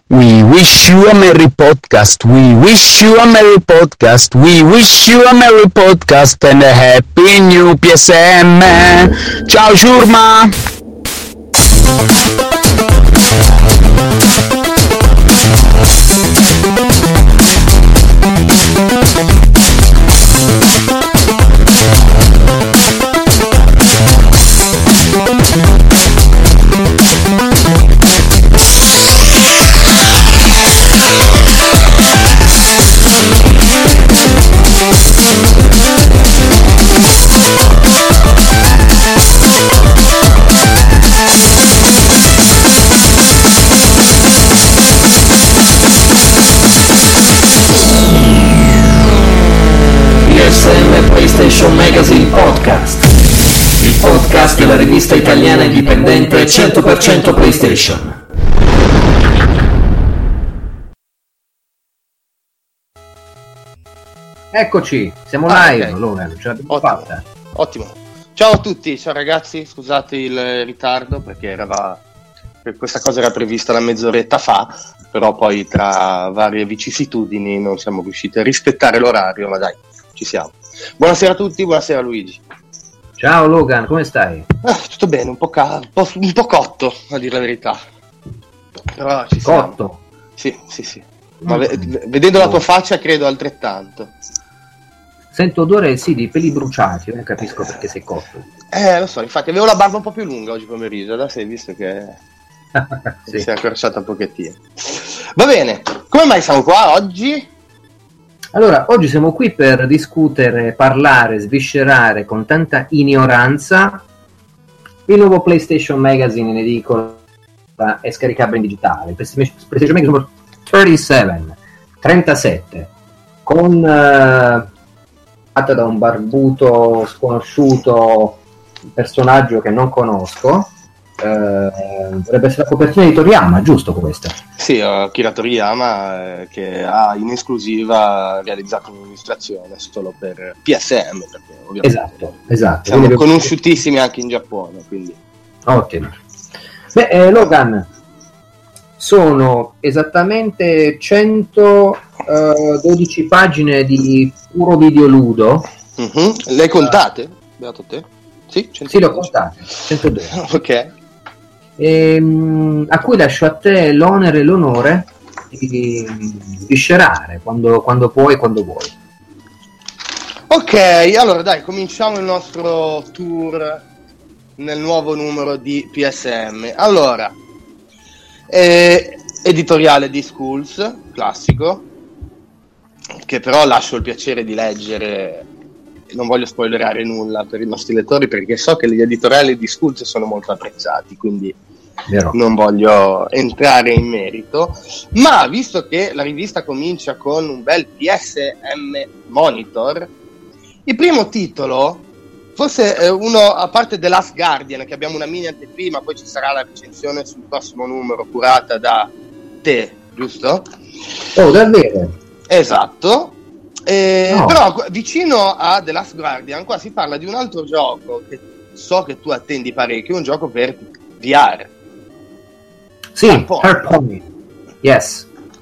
We wish you a merry podcast. We wish you a merry podcast. We wish you a merry podcast and a happy new PSM. Ciao Ciurma! PlayStation Magazine Podcast, il podcast della rivista italiana indipendente 100% PlayStation. Eccoci, siamo live, okay. Allora, ce l'abbiamo fatta. Ottimo. Ciao a tutti, ciao ragazzi, scusate il ritardo perché questa cosa era prevista una mezz'oretta fa, però poi tra varie vicissitudini non siamo riusciti a rispettare l'orario, ma dai, ci siamo. Buonasera a tutti, buonasera Luigi. Ciao Logan, come stai? Tutto bene, un po' cotto, a dire la verità. Però ci siamo. Cotto? Sì. Ma vedendo la tua faccia credo altrettanto. Sento odore, sì, di peli bruciati, non capisco perché sei cotto. Lo so, infatti avevo la barba un po' più lunga oggi pomeriggio, adesso hai visto che sì. si è accorciata un pochettino. Va bene, come mai siamo qua oggi? Allora, oggi siamo qui per discutere, parlare, sviscerare con tanta ignoranza il nuovo PlayStation Magazine in edicola e scaricabile in digitale, PlayStation Magazine numero 37, con fatta da un barbuto sconosciuto personaggio che non conosco. Dovrebbe essere la copertina di Toriyama, giusto questa? Sì, Akira Toriyama che ha in esclusiva realizzato un'illustrazione solo per PSM, perché ovviamente esatto. siamo Quindi conosciutissimi anche in Giappone, quindi ottimo. Logan, sono esattamente 112 pagine di puro videoludo. Le hai contate? Beato te? Sì, 112. Sì, le ho contate, 112. Ok. A cui lascio a te l'onere e l'onore di sviscerare quando puoi e quando vuoi. Ok, allora dai, cominciamo il nostro tour nel nuovo numero di PSM. Allora, editoriale di Schools, classico, che però lascio il piacere di leggere. Non voglio spoilerare nulla per i nostri lettori perché so che gli editoriali di Schools sono molto apprezzati, quindi non voglio entrare in merito. Ma visto che la rivista comincia con un bel PSM Monitor, il primo titolo, forse uno, a parte The Last Guardian, che abbiamo una mini anteprima, poi ci sarà la recensione sul prossimo numero curata da te, giusto? Oh, davvero? Esatto. No. Però vicino a The Last Guardian qua si parla di un altro gioco che so che tu attendi parecchio, un gioco per VR. Sì, Fairpoint. Yes.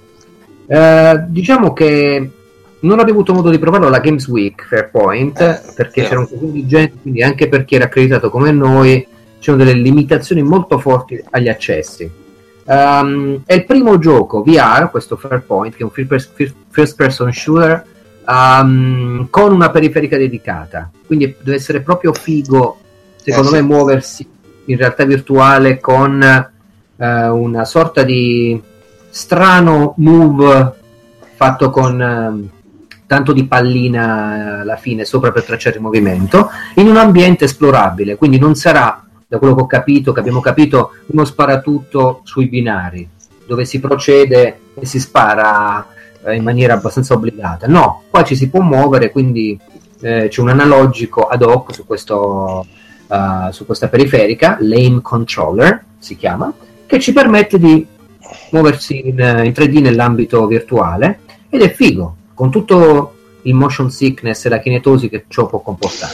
Diciamo che non abbiamo avuto modo di provarlo alla Games Week Fairpoint perché c'era un casino di gente, quindi anche per chi era accreditato come noi c'erano delle limitazioni molto forti agli accessi. È il primo gioco VR, questo Fairpoint, che è un first person shooter con una periferica dedicata, quindi deve essere proprio figo secondo me muoversi in realtà virtuale con una sorta di strano move fatto con tanto di pallina alla fine sopra per tracciare il movimento in un ambiente esplorabile, quindi non sarà, da quello che abbiamo capito, uno sparatutto sui binari dove si procede e si spara in maniera abbastanza obbligata. No, qua ci si può muovere, quindi c'è un analogico ad hoc su questa periferica, l'Aim Controller si chiama, che ci permette di muoversi in 3D nell'ambito virtuale ed è figo, con tutto il motion sickness e la kinetosi che ciò può comportare.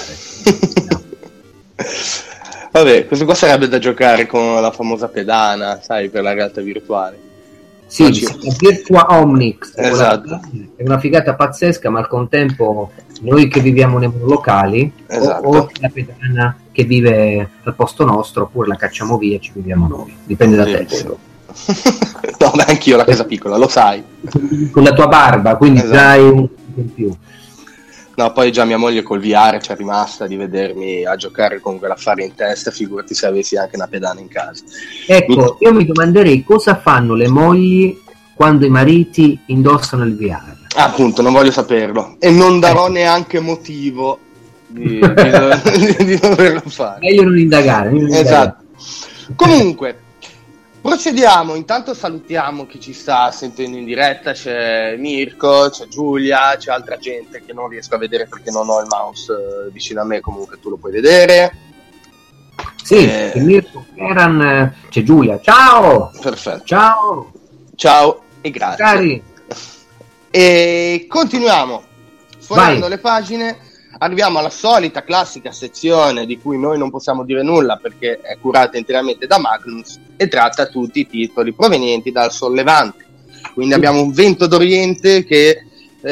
Vabbè, questo qua sarebbe da giocare con la famosa pedana, sai, per la realtà virtuale. Sì, Virtua Omnix. Esatto. È una figata pazzesca, ma al contempo noi che viviamo nei locali, Esatto. o la pedana che vive al posto nostro, oppure la cacciamo via e ci viviamo noi. Dipende da te. Verissimo. No, beh, anch'io la casa piccola, lo sai. Con la tua barba, quindi Esatto. dai un po' in più. No, poi già mia moglie col VR c'è rimasta di vedermi a giocare con quell'affare in testa, figurati se avessi anche una pedana in casa. Ecco, io mi domanderei cosa fanno le mogli quando i mariti indossano il VR. Appunto, non voglio saperlo e non darò neanche motivo di doverlo fare. Meglio non indagare. Esatto. Comunque, procediamo. Intanto salutiamo chi ci sta sentendo in diretta. C'è Mirko, c'è Giulia, c'è altra gente che non riesco a vedere perché non ho il mouse vicino a me. Comunque tu lo puoi vedere. Sì, c'è Mirko, Keran, c'è Giulia. Ciao! Perfetto. Ciao e grazie. cari. E continuiamo sfogliando le pagine. Arriviamo alla solita classica sezione di cui noi non possiamo dire nulla perché è curata interamente da Magnus e tratta tutti i titoli provenienti dal Sollevante. Quindi abbiamo un Vento d'Oriente che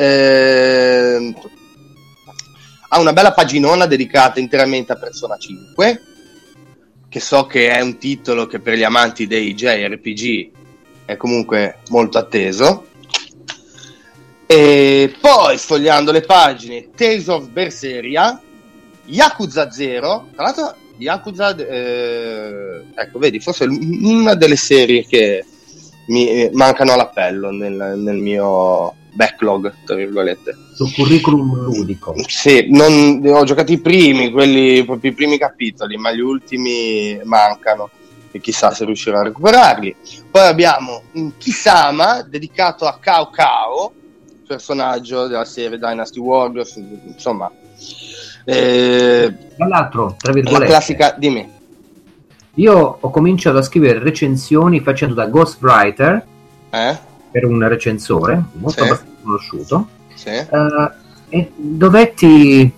ha una bella paginona dedicata interamente a Persona 5, che so che è un titolo che per gli amanti dei JRPG è comunque molto atteso. E poi sfogliando le pagine, Tales of Berseria, Yakuza 0, tra l'altro Yakuza, ecco vedi, forse è una delle serie che mi mancano all'appello nel mio backlog, tra virgolette. Sul curriculum ludico. Sì, ho giocato i primi, proprio i primi capitoli, ma gli ultimi mancano e chissà se riuscirò a recuperarli. Poi abbiamo un Kisama dedicato a Cao Cao, personaggio della serie Dynasty Warriors, insomma. Tra l'altro, tra virgolette, la classica, dimmi. Io ho cominciato a scrivere recensioni facendo da ghostwriter per un recensore molto abbastanza conosciuto. Sì. E dovetti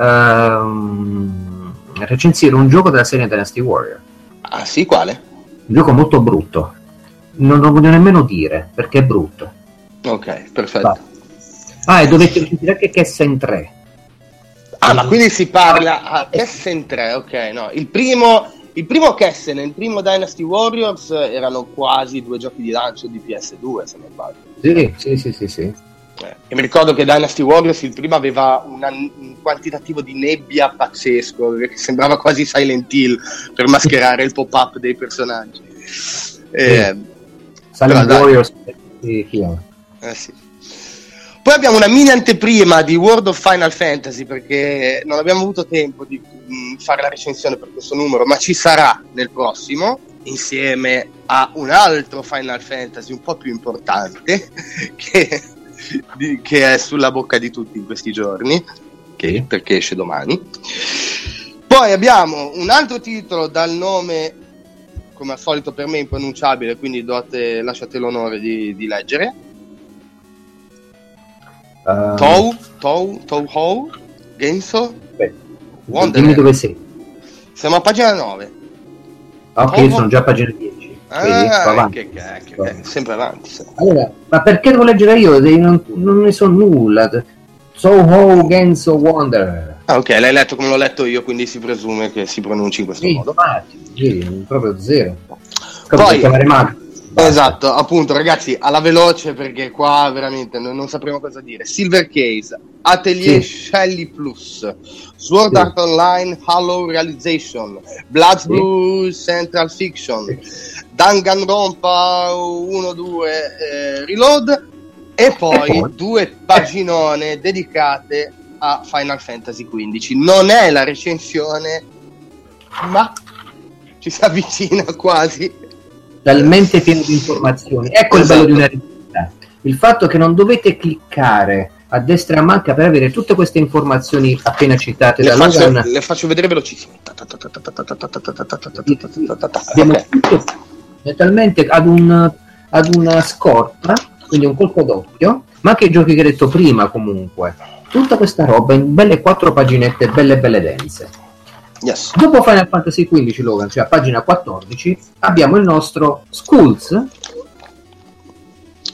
recensire un gioco della serie Dynasty Warrior. Ah sì, quale? Un gioco molto brutto, non lo voglio nemmeno dire perché è brutto. Ok, perfetto. E dovete recensire anche Kessen 3. Ma quindi si parla Kessen 3, ok, no, il primo Kessen e il primo Dynasty Warriors erano quasi 2 giochi di lancio di PS2, se non sbaglio. Sì. E mi ricordo che Dynasty Warriors il primo aveva un quantitativo di nebbia pazzesco, che sembrava quasi Silent Hill per mascherare il pop-up dei personaggi. Silent Warriors sì. Poi abbiamo una mini anteprima di World of Final Fantasy, perché non abbiamo avuto tempo di fare la recensione per questo numero, ma ci sarà nel prossimo, insieme a un altro Final Fantasy un po' più importante che è sulla bocca di tutti in questi giorni, perché esce domani. Poi abbiamo un altro titolo dal nome, come al solito per me, impronunciabile, quindi lasciate l'onore di leggere. Touhou Genso Wonder. Dimmi dove sei. Siamo a pagina 9. Ok, sono già a pagina 10. Che sempre avanti. Allora, ma perché devo leggere io? Non ne so nulla. Touhou Genso Wanderer. Ok, l'hai letto come l'ho letto io, quindi si presume che si pronunci in questo modo. Proprio zero. Poi chiamare Max. Esatto, appunto ragazzi, alla veloce perché qua veramente non sapremo cosa dire. Silver Case, Atelier Shelly Plus, Sword Art Online Hollow Realization, Bloods Blue Central Fiction, Danganronpa 1-2 Reload e poi 2 paginone dedicate a Final Fantasy XV. Non è la recensione, ma ci si avvicina quasi. Talmente pieno di informazioni. Ecco il bello di una rivista, il fatto che non dovete cliccare a destra e a manca per avere tutte queste informazioni appena citate da Logan. Le faccio vedere velocissime. Abbiamo tutto talmente ad una scorta, quindi un colpo d'occhio, ma anche i giochi che ho detto prima. Comunque tutta questa roba in belle 4 paginette belle dense. Yes. Dopo Final Fantasy XV, Logan, cioè a pagina 14, abbiamo il nostro Skulls,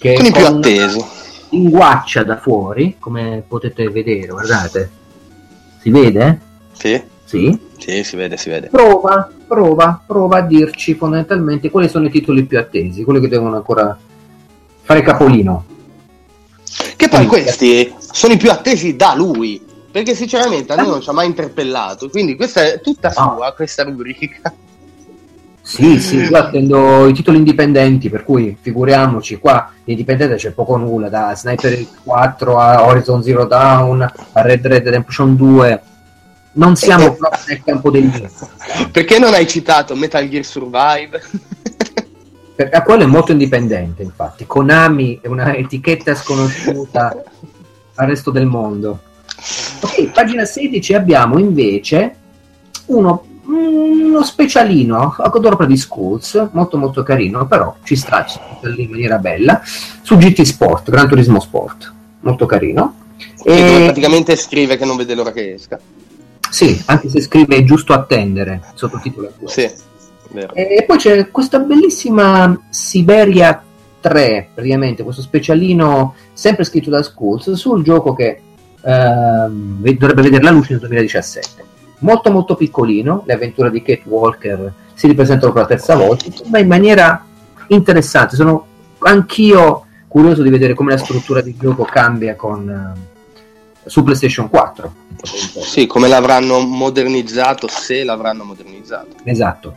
che con i più attesi. Linguaccia da fuori, come potete vedere, guardate. Si vede? Sì. Sì, si vede. Prova a dirci fondamentalmente quali sono i titoli più attesi, quelli che devono ancora fare capolino. Che poi questi sono i più attesi da lui, perché sinceramente a noi non ci ha mai interpellato, quindi questa è tutta sua, questa rubrica. Sì, io attendo i titoli indipendenti, per cui figuriamoci, qua indipendente c'è poco nulla, da Sniper 4 a Horizon Zero Dawn a Red Dead Redemption 2, non siamo proprio nel campo del niente. Perché non hai citato Metal Gear Survive? Perché quello è molto indipendente, infatti. Konami è una etichetta sconosciuta al resto del mondo. Ok, pagina 16 abbiamo invece uno specialino a d'opera di Schools, molto molto carino, però ci sta lì in maniera bella, su GT Sport, Gran Turismo Sport, molto carino. E praticamente scrive che non vede l'ora che esca. Sì, anche se scrive è giusto attendere, sottotitolo è questo. Sì, vero. E poi c'è questa bellissima Siberia 3, praticamente questo specialino sempre scritto da Schools sul gioco che dovrebbe vedere la luce nel 2017. Molto molto piccolino, le avventure di Kate Walker si ripresentano per la terza volta, ma in maniera interessante. Sono anch'io curioso di vedere come la struttura di gioco cambia su PlayStation 4. Sì, come l'avranno modernizzato, se l'avranno modernizzato. Esatto.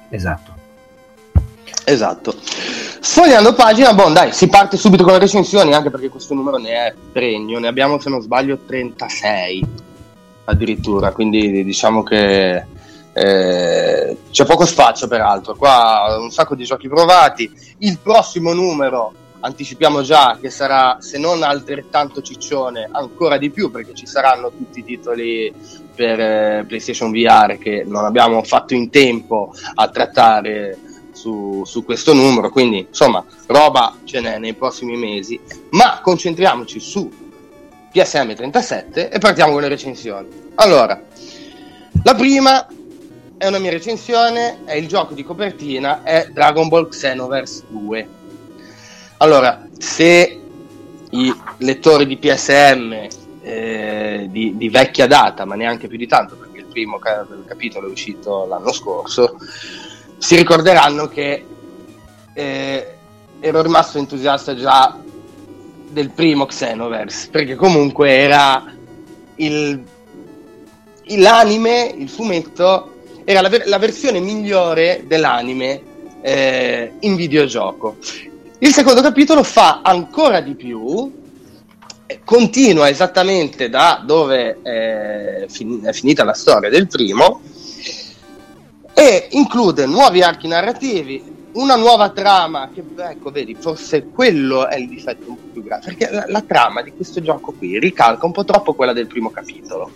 Sfogliando pagina, dai, si parte subito con le recensioni, anche perché questo numero ne è pregno, ne abbiamo se non sbaglio 36 addirittura, quindi diciamo che c'è poco spazio, peraltro qua un sacco di giochi provati. Il prossimo numero anticipiamo già che sarà, se non altrettanto ciccione, ancora di più, perché ci saranno tutti i titoli per PlayStation VR che non abbiamo fatto in tempo a trattare su questo numero, quindi insomma roba ce n'è nei prossimi mesi, ma concentriamoci su PSM 37 e partiamo con le recensioni. Allora, la prima è una mia recensione, è il gioco di copertina, è Dragon Ball Xenoverse 2. Allora, se i lettori di PSM di vecchia data, ma neanche più di tanto, perché il primo capitolo è uscito l'anno scorso, si ricorderanno che ero rimasto entusiasta già del primo Xenoverse, perché comunque era l'anime, il fumetto, era la versione migliore dell'anime in videogioco. Il secondo capitolo fa ancora di più, continua esattamente da dove è finita la storia del primo e include nuovi archi narrativi, una nuova trama che, ecco, vedi, forse quello è il difetto un po' più grave, perché la trama di questo gioco qui ricalca un po' troppo quella del primo capitolo,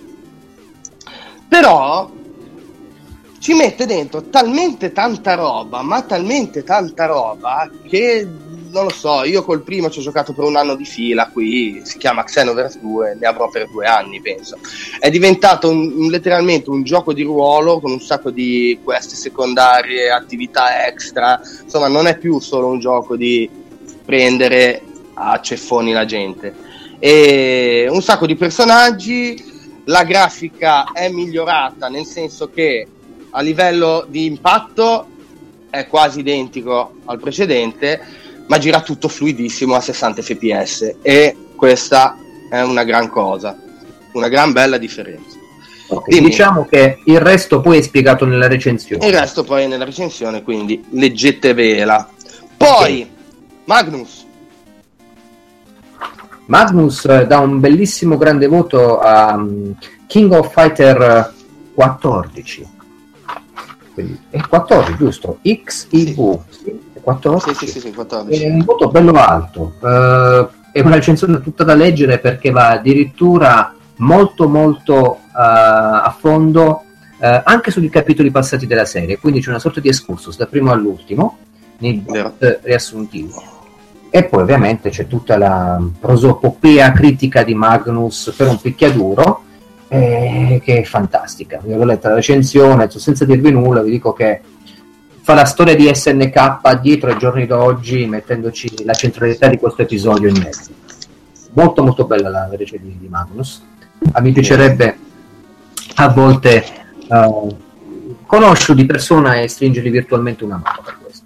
però ci mette dentro talmente tanta roba, ma talmente tanta roba che non lo so, io col primo ci ho giocato per un anno di fila, qui si chiama Xenoverse 2, ne avrò per 2 anni penso. È diventato letteralmente un gioco di ruolo con un sacco di quest secondarie, attività extra, insomma non è più solo un gioco di prendere a ceffoni la gente. E un sacco di personaggi, la grafica è migliorata, nel senso che a livello di impatto è quasi identico al precedente, ma gira tutto fluidissimo a 60 fps e questa è una gran cosa, una gran bella differenza. Okay, diciamo che il resto poi è spiegato nella recensione. Il resto poi è nella recensione, quindi leggetevela. Poi Magnus dà un bellissimo grande voto a King of Fighter 14. Quindi è 14, giusto? XIV. Sì. 14. Sì, 14. È un voto bello alto, è una recensione tutta da leggere perché va addirittura molto a fondo anche sui capitoli passati della serie, quindi c'è una sorta di excursus dal primo all'ultimo nei riassuntivi, e poi ovviamente c'è tutta la prosopopea critica di Magnus per un picchiaduro che è fantastica. Io l'ho letta la recensione, senza dirvi nulla vi dico che fa la storia di SNK dietro ai giorni d'oggi, mettendoci la centralità di questo episodio in mezzo. Molto molto bella la recensione di Magnus. Mi piacerebbe a volte conoscerlo di persona e stringergli virtualmente una mano per questo.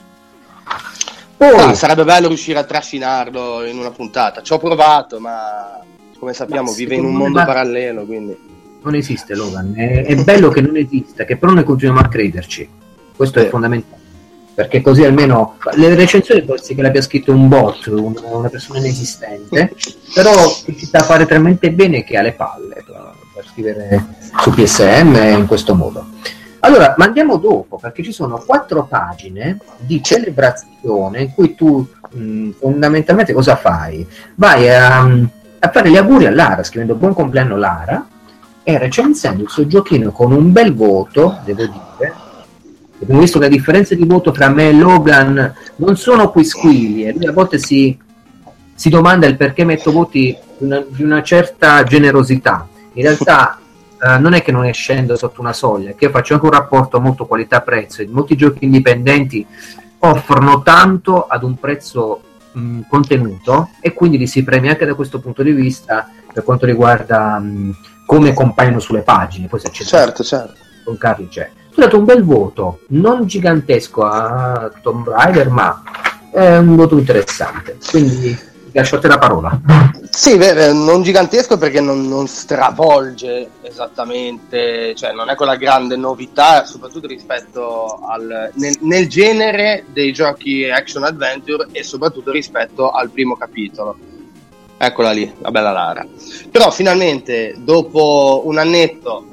Poi, sarebbe bello riuscire a trascinarlo in una puntata. Ci ho provato, ma come sappiamo vive in un mondo parallelo, quindi non esiste, Logan. È bello che non esista, che però noi continuiamo a crederci. Questo è fondamentale, perché così almeno le recensioni può essere che l'abbia scritto un bot, una persona inesistente, però ci sta a fare talmente bene che ha le palle per scrivere su PSM in questo modo. Allora, ma andiamo dopo, perché ci sono 4 pagine di celebrazione in cui tu fondamentalmente cosa fai? Vai a fare gli auguri a Lara, scrivendo buon compleanno Lara, e recensendo il suo giochino con un bel voto, devo dire. Abbiamo visto che la differenza di voto tra me e Logan non sono quisquili, e lui a volte si domanda il perché metto voti di una certa generosità. In realtà non è che non scendo sotto una soglia, è che faccio anche un rapporto molto qualità-prezzo, e molti giochi indipendenti offrono tanto ad un prezzo contenuto, e quindi li si premia anche da questo punto di vista per quanto riguarda come compaiono sulle pagine. Poi se c'è certo. con Carli c'è. Tu hai dato un bel voto, non gigantesco a Tomb Raider, ma è un voto interessante, quindi lascio a te la parola. Sì, non gigantesco perché non stravolge esattamente, cioè non è quella grande novità, soprattutto rispetto nel genere dei giochi action adventure, e soprattutto rispetto al primo capitolo. Eccola lì, la bella Lara. Però finalmente, dopo un annetto,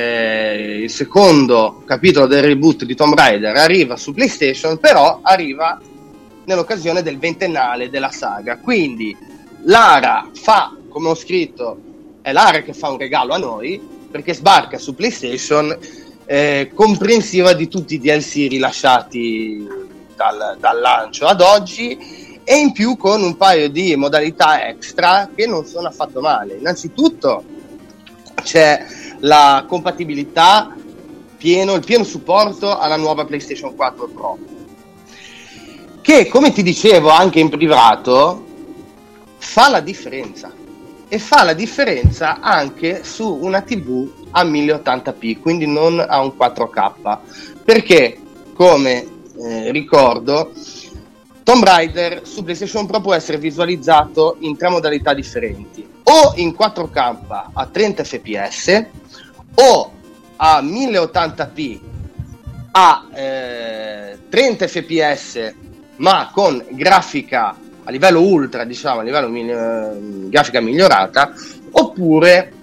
il secondo capitolo del reboot di Tomb Raider arriva su PlayStation, però arriva nell'occasione del 20ennale della saga. Quindi Lara fa, come ho scritto, è Lara che fa un regalo a noi, perché sbarca su PlayStation comprensiva di tutti i DLC rilasciati dal lancio ad oggi, e in più con un paio di modalità extra che non sono affatto male. Innanzitutto c'è la compatibilità, il pieno supporto alla nuova PlayStation 4 Pro, che, come ti dicevo anche in privato, fa la differenza, e fa la differenza anche su una TV a 1080p, quindi non a un 4K, perché, come ricordo, Tomb Raider su PlayStation Pro può essere visualizzato in 3 modalità differenti: o in 4K a 30 fps, o a 1080p a 30 fps ma con grafica a livello ultra, diciamo, a livello grafica migliorata, oppure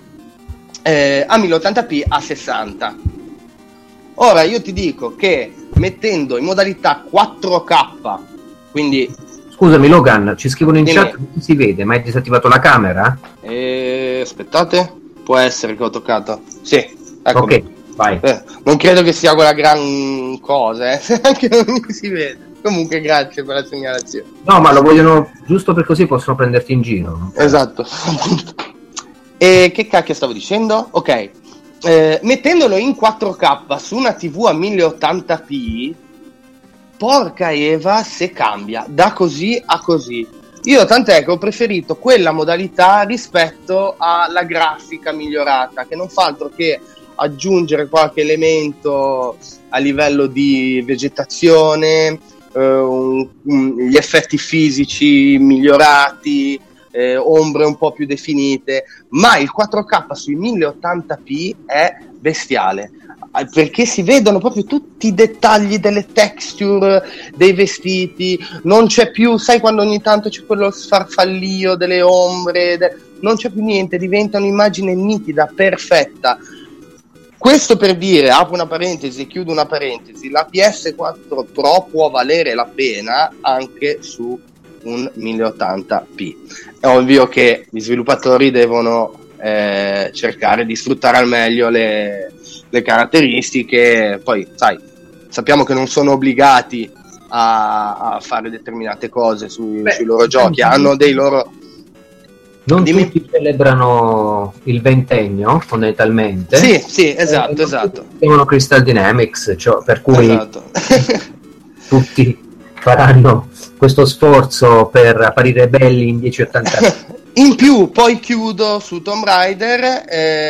a 1080p a 60. Ora io ti dico che mettendo in modalità 4K, quindi scusami Logan, ci scrivono in chat che non si vede, ma hai disattivato la camera? Aspettate, può essere che ho toccato. Sì, eccomi. Ok, vai. Non credo che sia quella gran cosa, anche non si vede. Comunque grazie per la segnalazione. No, ma lo vogliono giusto per così possono prenderti in giro, no? Esatto. E che cacchio stavo dicendo? Ok, mettendolo in 4K su una TV a 1080p, porca Eva se cambia da così a così. Io tant'è che ho preferito quella modalità rispetto alla grafica migliorata, che non fa altro che aggiungere qualche elemento a livello di vegetazione, gli effetti fisici migliorati, ombre un po' più definite, ma il 4K sui 1080p è bestiale, perché si vedono proprio tutti i dettagli delle texture dei vestiti, non c'è più, sai, quando ogni tanto c'è quello sfarfallio delle ombre, non c'è più niente, diventa un'immagine nitida, perfetta. Questo per dire, apro una parentesi e chiudo una parentesi, la PS4 Pro può valere la pena anche su un 1080p. È ovvio che gli sviluppatori devono cercare di sfruttare al meglio le caratteristiche, poi sai, sappiamo che non sono obbligati a fare determinate cose sui loro giochi, hanno dei loro... Non tutti celebrano il ventennio, fondamentalmente. Sì, esatto. Devono Crystal Dynamics, cioè, per cui esatto. tutti faranno questo sforzo per apparire belli in 1080p. In più, poi chiudo su Tomb Raider,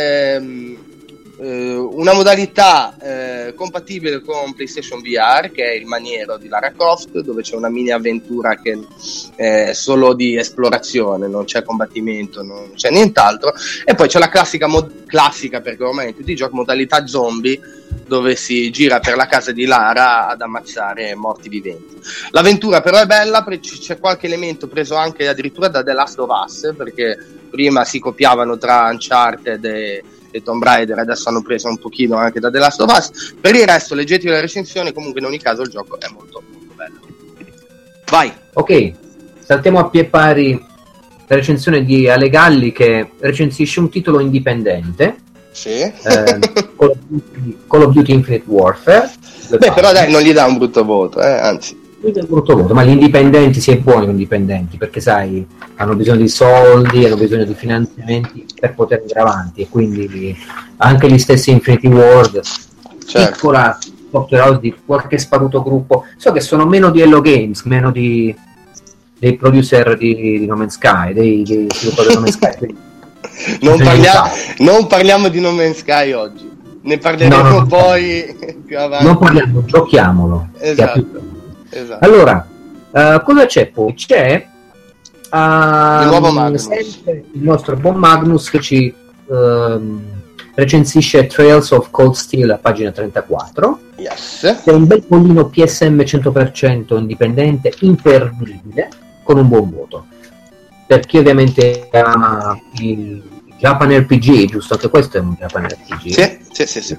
una modalità compatibile con PlayStation VR, che è il maniero di Lara Croft, dove c'è una mini avventura che è solo di esplorazione, non c'è combattimento, non c'è nient'altro, e poi c'è la classica perché ormai in tutti i giochi, modalità zombie, dove si gira per la casa di Lara ad ammazzare morti viventi. L'avventura però è bella, c'è qualche elemento preso anche addirittura da The Last of Us, perché prima si copiavano tra Uncharted e Tomb Raider, adesso hanno preso un pochino anche da The Last of Us. Per il resto leggetevi la recensione, comunque in ogni caso il gioco è molto molto bello. Vai. Ok, saltiamo a pie pari la recensione di Ale Galli, che recensisce un titolo indipendente. Sì. Call of Duty Infinite Warfare. Beh, però dai, non gli dà un brutto voto, anzi. Un brutto voto, ma gli indipendenti, si è buoni con gli indipendenti, perché sai, hanno bisogno di soldi, hanno bisogno di finanziamenti per poter andare avanti, e quindi anche gli stessi Infinity Ward, certo, piccola software house di qualche sparuto gruppo, so che sono meno di Hello Games, meno dei producer di No Man's Sky, dei sviluppatori di No Man's Sky. Quindi non parliamo di No Man's Sky oggi, ne parleremo poi più avanti. Non parliamo, giochiamolo. Esatto. Allora, cosa c'è poi? C'è il nuovo Magnus, sempre il nostro buon Magnus, che ci recensisce Trails of Cold Steel a pagina 34. Yes. È un bel pollino PSM 100% indipendente, imperdibile, con un buon voto. Per chi ovviamente ama il Japan RPG, giusto? Anche questo è un Japan RPG. Sì.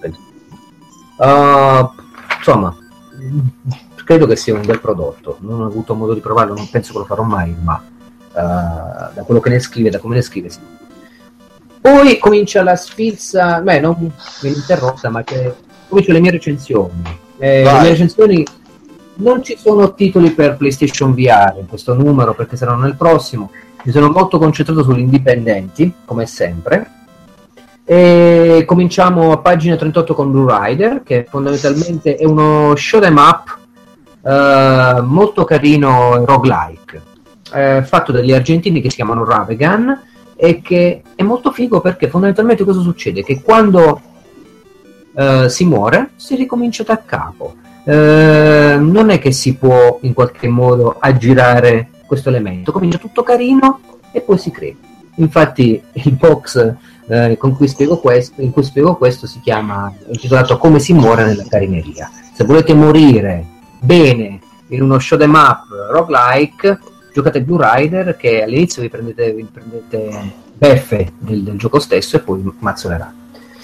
Insomma, credo che sia un bel prodotto. Non ho avuto modo di provarlo, non penso che lo farò mai, ma da quello che ne scrive, da come ne scrive, sì. Poi comincia la sfilza, non mi interrotta, ma che comincio le mie recensioni. Le mie recensioni, non ci sono titoli per PlayStation VR in questo numero, perché saranno nel prossimo. Mi sono molto concentrato sugli indipendenti, come sempre. E cominciamo a pagina 38 con Blue Rider, che fondamentalmente è uno shoot 'em up molto carino, roguelike, fatto dagli argentini che si chiamano Ravegan, e che è molto figo perché fondamentalmente cosa succede? Che quando si muore si ricomincia da capo. Non è che si può in qualche modo aggirare questo elemento, comincia tutto carino e poi si crea. Infatti il box in cui spiego questo si chiama, è intitolato Come si muore nella carineria. Se volete morire bene in uno show 'em up roguelike, giocate Blue Rider, che all'inizio vi prendete beffe del gioco stesso e poi mazzolerà.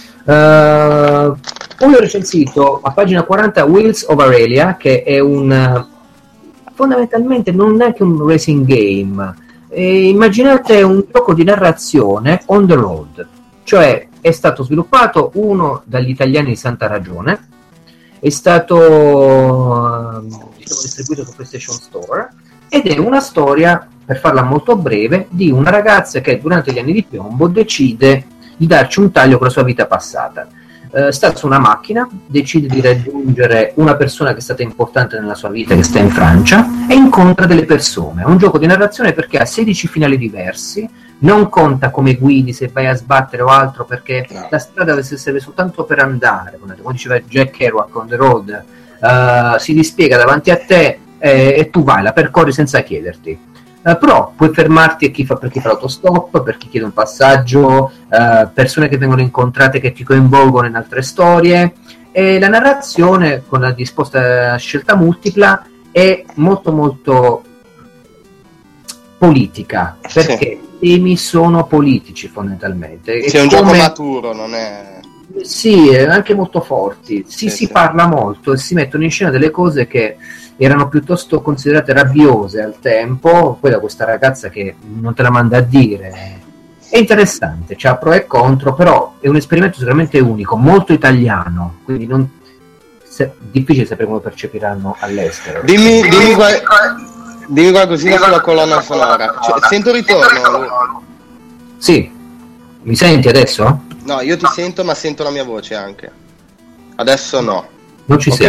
Poi ho recensito a pagina 40 Wheels of Aurelia, che è fondamentalmente non è che un racing game. Immaginate un gioco di narrazione on the road, cioè è stato sviluppato dagli italiani di Santa Ragione, è stato distribuito su PlayStation Store, ed è una storia, per farla molto breve, di una ragazza che durante gli anni di piombo decide di darci un taglio con la sua vita passata. Sta su una macchina, decide di raggiungere una persona che è stata importante nella sua vita, che sta in Francia, e incontra delle persone. È un gioco di narrazione perché ha 16 finali diversi, non conta come guidi, se vai a sbattere o altro, perché la strada serve soltanto per andare, come diceva Jack Kerouac on the road, si dispiega davanti a te e tu vai, la percorri senza chiederti. Però puoi fermarti per chi fa l'autostop, per chi chiede un passaggio, persone che vengono incontrate che ti coinvolgono in altre storie, e la narrazione con la disposta scelta multipla è molto molto politica, perché i temi sono politici fondamentalmente. È un gioco maturo, non è... Sì, anche molto forti. Si parla molto e si mettono in scena delle cose che erano piuttosto considerate rabbiose al tempo, poi da questa ragazza che non te la manda a dire. È interessante, c'ha pro e contro, però è un esperimento sicuramente unico, molto italiano, quindi difficile sapere come percepiranno all'estero. Dimmi qualcosina sulla colonna sonora. Sento ritorno. Sì, mi senti adesso? No, io ti sento, ma sento la mia voce anche. Adesso no. Non ci sei?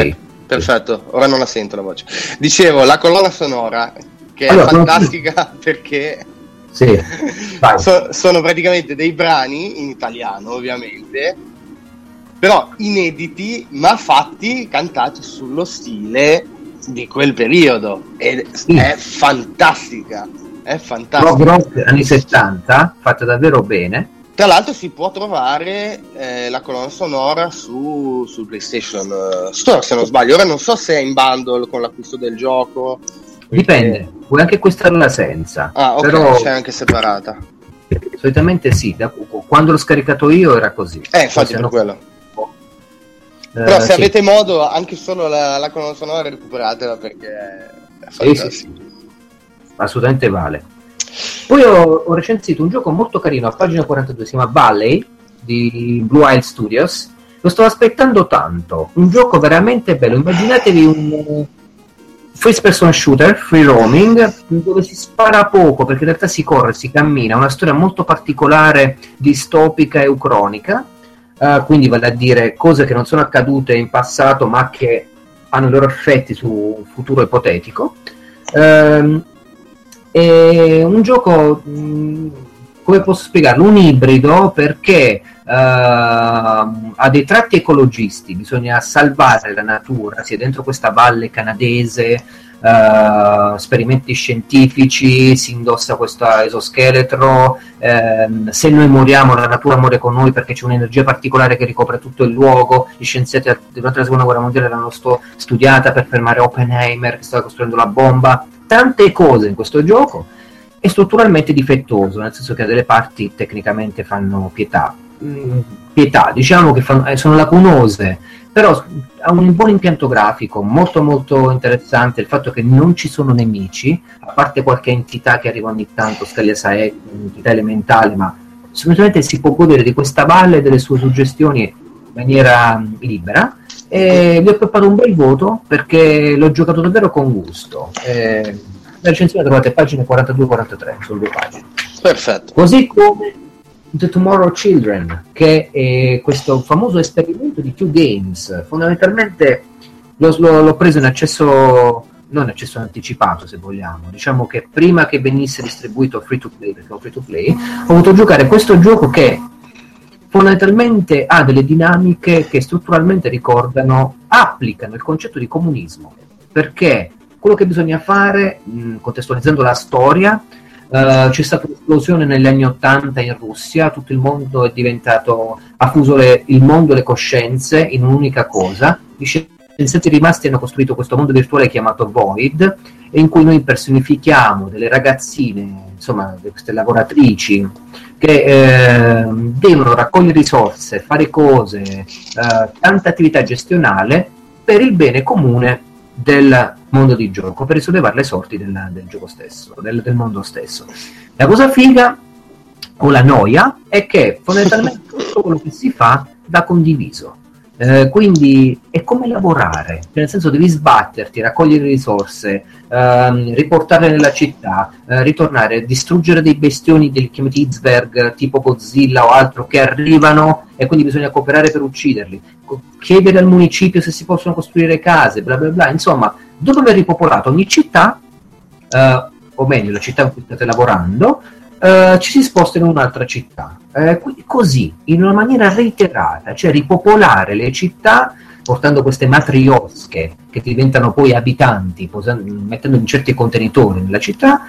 Perfetto, ora non la sento la voce. Dicevo, la colonna sonora, che è Allora, fantastica perché Sì, vai. sono praticamente dei brani in italiano, ovviamente, però inediti, ma fatti, cantati sullo stile di quel periodo. Ed è fantastica, è fantastica. Prog rock anni 70, fatta davvero bene. Tra l'altro si può trovare la colonna sonora sul PlayStation Store, se non sbaglio. Ora non so se è in bundle con l'acquisto del gioco. Dipende, puoi anche acquistarla senza. Ah, ok, però c'è anche separata. solitamente sì, quando l'ho scaricato io era così. Infatti per quello. Però se sì. avete modo, anche solo la colonna sonora, recuperatela perché è fantastica. Sì. Assolutamente vale. Poi ho recensito un gioco molto carino a pagina 42, si chiama Valley di Blue Isle Studios. Lo sto aspettando tanto, un gioco veramente bello. Immaginatevi un first person shooter, free roaming, dove si spara poco perché in realtà si corre, si cammina, una storia molto particolare, distopica e ucronica, quindi vale a dire cose che non sono accadute in passato ma che hanno i loro effetti su un futuro ipotetico. È un gioco, come posso spiegarlo? Un ibrido perché ha dei tratti ecologisti, bisogna salvare la natura, si è dentro questa valle canadese, esperimenti scientifici, si indossa questo esoscheletro, se noi moriamo la natura muore con noi perché c'è un'energia particolare che ricopre tutto il luogo. Gli scienziati durante la seconda guerra mondiale l'hanno studiata per fermare Oppenheimer che stava costruendo la bomba. Tante cose in questo gioco. È strutturalmente difettoso, nel senso che delle parti tecnicamente fanno pietà, diciamo che sono lacunose, però ha un buon impianto grafico, molto molto interessante il fatto che non ci sono nemici, a parte qualche entità che arriva ogni tanto, entità elementali, ma assolutamente si può godere di questa valle e delle sue suggestioni in maniera libera. E gli ho preparato un bel voto perché l'ho giocato davvero con gusto. La recensione la trovate a pagine 42-43, sono 2 pagine. Perfetto. Così come The Tomorrow Children, che è questo famoso esperimento di Q Games. Fondamentalmente l'ho preso in accesso, non accesso anticipato se vogliamo, diciamo che prima che venisse distribuito free to play, perché è un free to play, ho voluto giocare questo gioco che fondamentalmente ha delle dinamiche che strutturalmente applicano il concetto di comunismo, perché quello che bisogna fare, contestualizzando la storia, c'è stata un'esplosione negli anni 80 in Russia, tutto il mondo è diventato, ha fuso il mondo e le coscienze in un'unica cosa. Gli scienziati rimasti hanno costruito questo mondo virtuale chiamato Void, in cui noi personifichiamo delle ragazzine, insomma queste lavoratrici che devono raccogliere risorse, fare cose, tanta attività gestionale per il bene comune del mondo di gioco, per risollevare le sorti del gioco stesso, del mondo stesso. La cosa figa o la noia è che fondamentalmente tutto quello che si fa va condiviso. Quindi è come lavorare, nel senso devi sbatterti, raccogliere risorse, riportarle nella città, ritornare, distruggere dei bestioni del Iceberg tipo Godzilla o altro che arrivano e quindi bisogna cooperare per ucciderli, chiedere al municipio se si possono costruire case, bla bla bla. Insomma, dopo aver ripopolato ogni città, o meglio la città in cui state lavorando, ci si sposta in un'altra città, così in una maniera reiterata, cioè ripopolare le città portando queste matriosche che diventano poi abitanti, mettendo in certi contenitori nella città,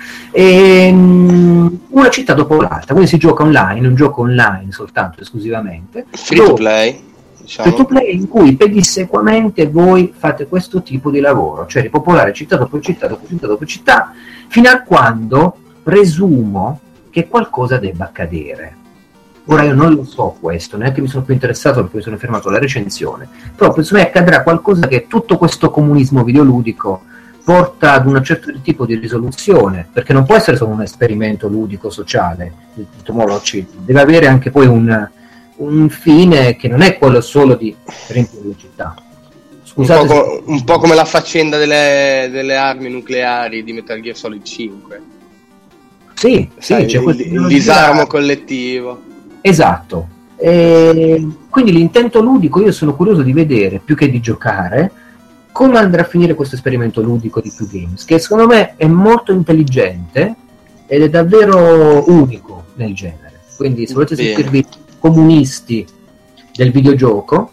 una città dopo l'altra. Quindi si gioca online, un gioco online soltanto, esclusivamente free to play, diciamo. Free to play, in cui pedissequamente voi fate questo tipo di lavoro, cioè ripopolare città dopo città dopo città dopo città, fino a quando presumo che qualcosa debba accadere. Ora io non lo so questo, neanche mi sono più interessato perché mi sono fermato alla recensione, però penso che accadrà qualcosa, che tutto questo comunismo videoludico porta ad un certo tipo di risoluzione, perché non può essere solo un esperimento ludico sociale, deve avere anche poi un fine che non è quello solo di riempire le città. Scusate, un po' come la faccenda delle armi nucleari di Metal Gear Solid 5. Sì, sai, c'è il disarmo collettivo. Esatto. Quindi l'intento ludico io sono curioso di vedere, più che di giocare, come andrà a finire questo esperimento ludico di 2Games, che secondo me è molto intelligente ed è davvero unico nel genere. Quindi se volete sentirvi comunisti del videogioco,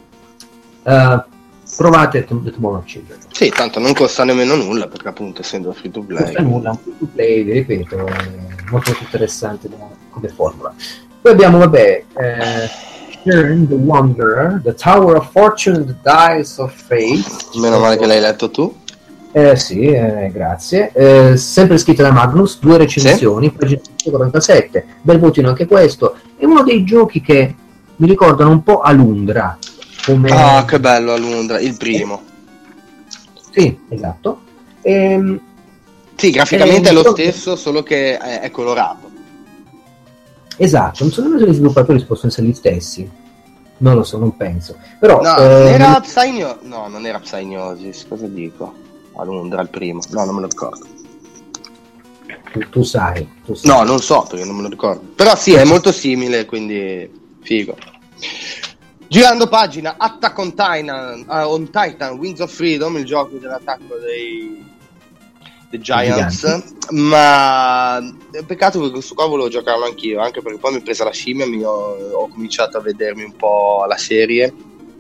provate Tomorrow Children. Sì, tanto non costa nemmeno nulla, perché appunto essendo free to play. Costa nulla, un free to play, vi ripeto, è molto interessante come formula. Poi abbiamo, Turn the Wanderer, The Tower of Fortune, The Dice of Fate. Meno male che l'hai letto tu. Sì, grazie. Sempre scritto da Magnus, 2 recensioni, pagina 47. Bel votino anche questo. È uno dei giochi che mi ricordano un po' Alundra. Come... Ah, che bello Alundra, il primo. Sì, esatto. Sì, graficamente è lo stesso, solo che è colorato. Esatto, non so nemmeno se gli sviluppatori possono essere gli stessi. Non lo so, non penso. Però, no, era Psygnosis. No, non era Psygnosis, cosa dico? Alundra il primo. No, non me lo ricordo. Tu sai. No, non so, perché non me lo ricordo. Però sì, è molto simile, quindi figo. Girando pagina, Attack on Titan, Winds of Freedom, il gioco dell'attacco dei Giants, ma peccato che questo qua volevo giocarlo anch'io, anche perché poi mi è presa la scimmia, ho cominciato a vedermi un po' la serie,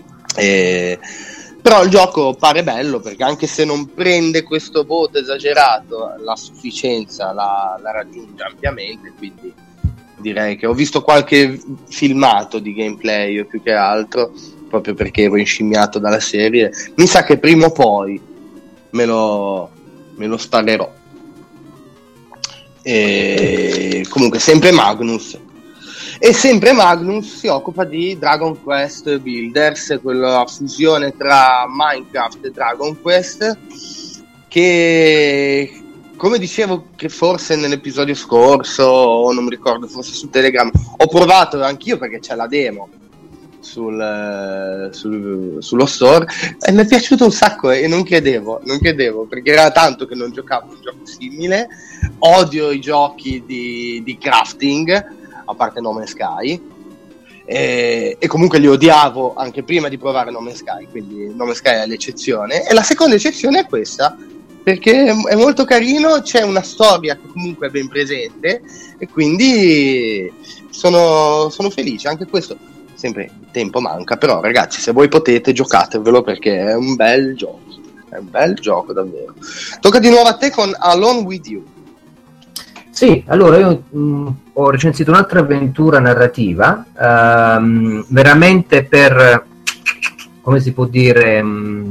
però il gioco pare bello, perché anche se non prende questo voto esagerato, la sufficienza la raggiunge ampiamente, quindi direi che ho visto qualche filmato di gameplay più che altro, proprio perché ero inscimmiato dalla serie. Mi sa che prima o poi me lo sparerò. E comunque sempre Magnus si occupa di Dragon Quest Builders, quella fusione tra Minecraft e Dragon Quest, che, come dicevo che forse nell'episodio scorso, o non mi ricordo, forse su Telegram, ho provato anch'io perché c'è la demo sullo store, e mi è piaciuto un sacco e non credevo, perché era tanto che non giocavo un gioco simile. Odio i giochi di crafting, a parte No Man's Sky, e comunque li odiavo anche prima di provare No Man's Sky, quindi No Man's Sky è l'eccezione, e la seconda eccezione è questa, perché è molto carino, c'è una storia che comunque è ben presente, e quindi sono felice. Anche questo sempre il tempo manca, però ragazzi, se voi potete giocatevelo, perché è un bel gioco davvero. Tocca di nuovo a te con Alone With You. Sì, allora io ho recensito un'altra avventura narrativa, veramente per, come si può dire,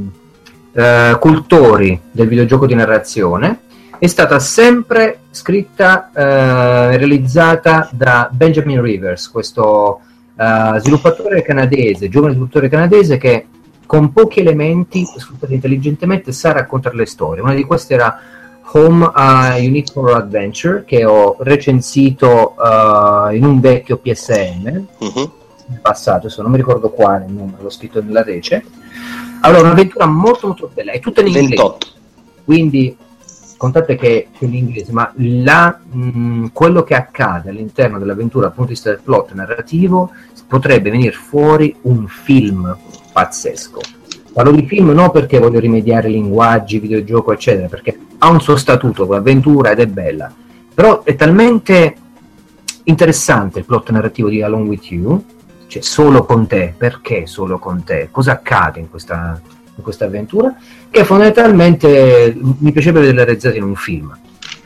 cultori del videogioco di narrazione. È stata sempre scritta e realizzata da Benjamin Rivers, questo sviluppatore canadese, giovane sviluppatore canadese, che con pochi elementi, sfruttati intelligentemente, sa raccontare le storie. Una di queste era Home a Unique Horror Adventure, che ho recensito in un vecchio PSN nel passato, adesso non mi ricordo quale numero, l'ho scritto nella rece. Allora, un'avventura molto molto bella, è tutta in inglese, 28. Quindi contate che è l'inglese, ma quello che accade all'interno dell'avventura dal punto di vista del plot narrativo potrebbe venire fuori un film pazzesco. Parlo di film non perché voglio rimediare linguaggi, videogioco eccetera, perché ha un suo statuto quell'avventura ed è bella, però è talmente interessante il plot narrativo di Alone With You, cioè solo con te, perché solo con te, cosa accade in questa avventura, che fondamentalmente mi piacerebbe vederla realizzata in un film.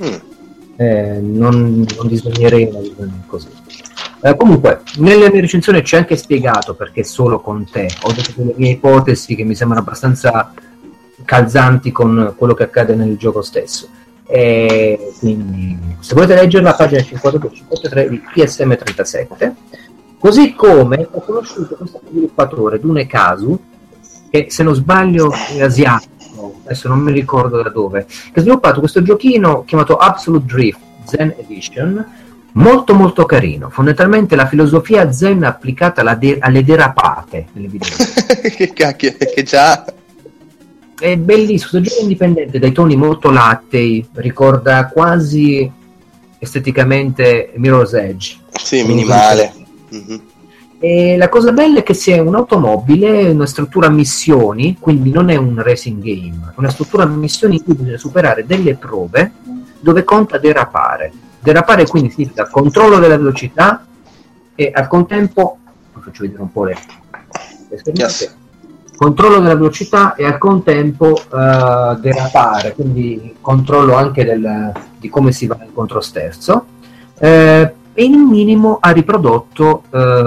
Non disegnerei una visione così. Comunque, nelle mie recensioni c'è anche spiegato perché solo con te. Ho detto delle mie ipotesi che mi sembrano abbastanza calzanti con quello che accade nel gioco stesso. Quindi, se volete leggerla, pagina 52-53 di PSM37. Così come ho conosciuto questo sviluppatore, Dunekazu, che se non sbaglio è asiatico, adesso non mi ricordo da dove, che ha sviluppato questo giochino chiamato Absolute Drift Zen Edition, molto molto carino, fondamentalmente la filosofia zen applicata alle derapate nelle videogiochi. Che cacchio, che già è bellissimo, questo gioco indipendente, dai toni molto lattei, ricorda quasi esteticamente Mirror's Edge. Sì, minimale. E la cosa bella è che se è un'automobile, una struttura a missioni, quindi non è un racing game, è una struttura a missioni in cui bisogna superare delle prove dove conta derapare. Derapare quindi significa controllo della velocità e al contempo, vi faccio vedere un po' le esperienze, controllo della velocità e al contempo derapare, quindi controllo anche di come si va nel controsterzo. E in un minimo ha riprodotto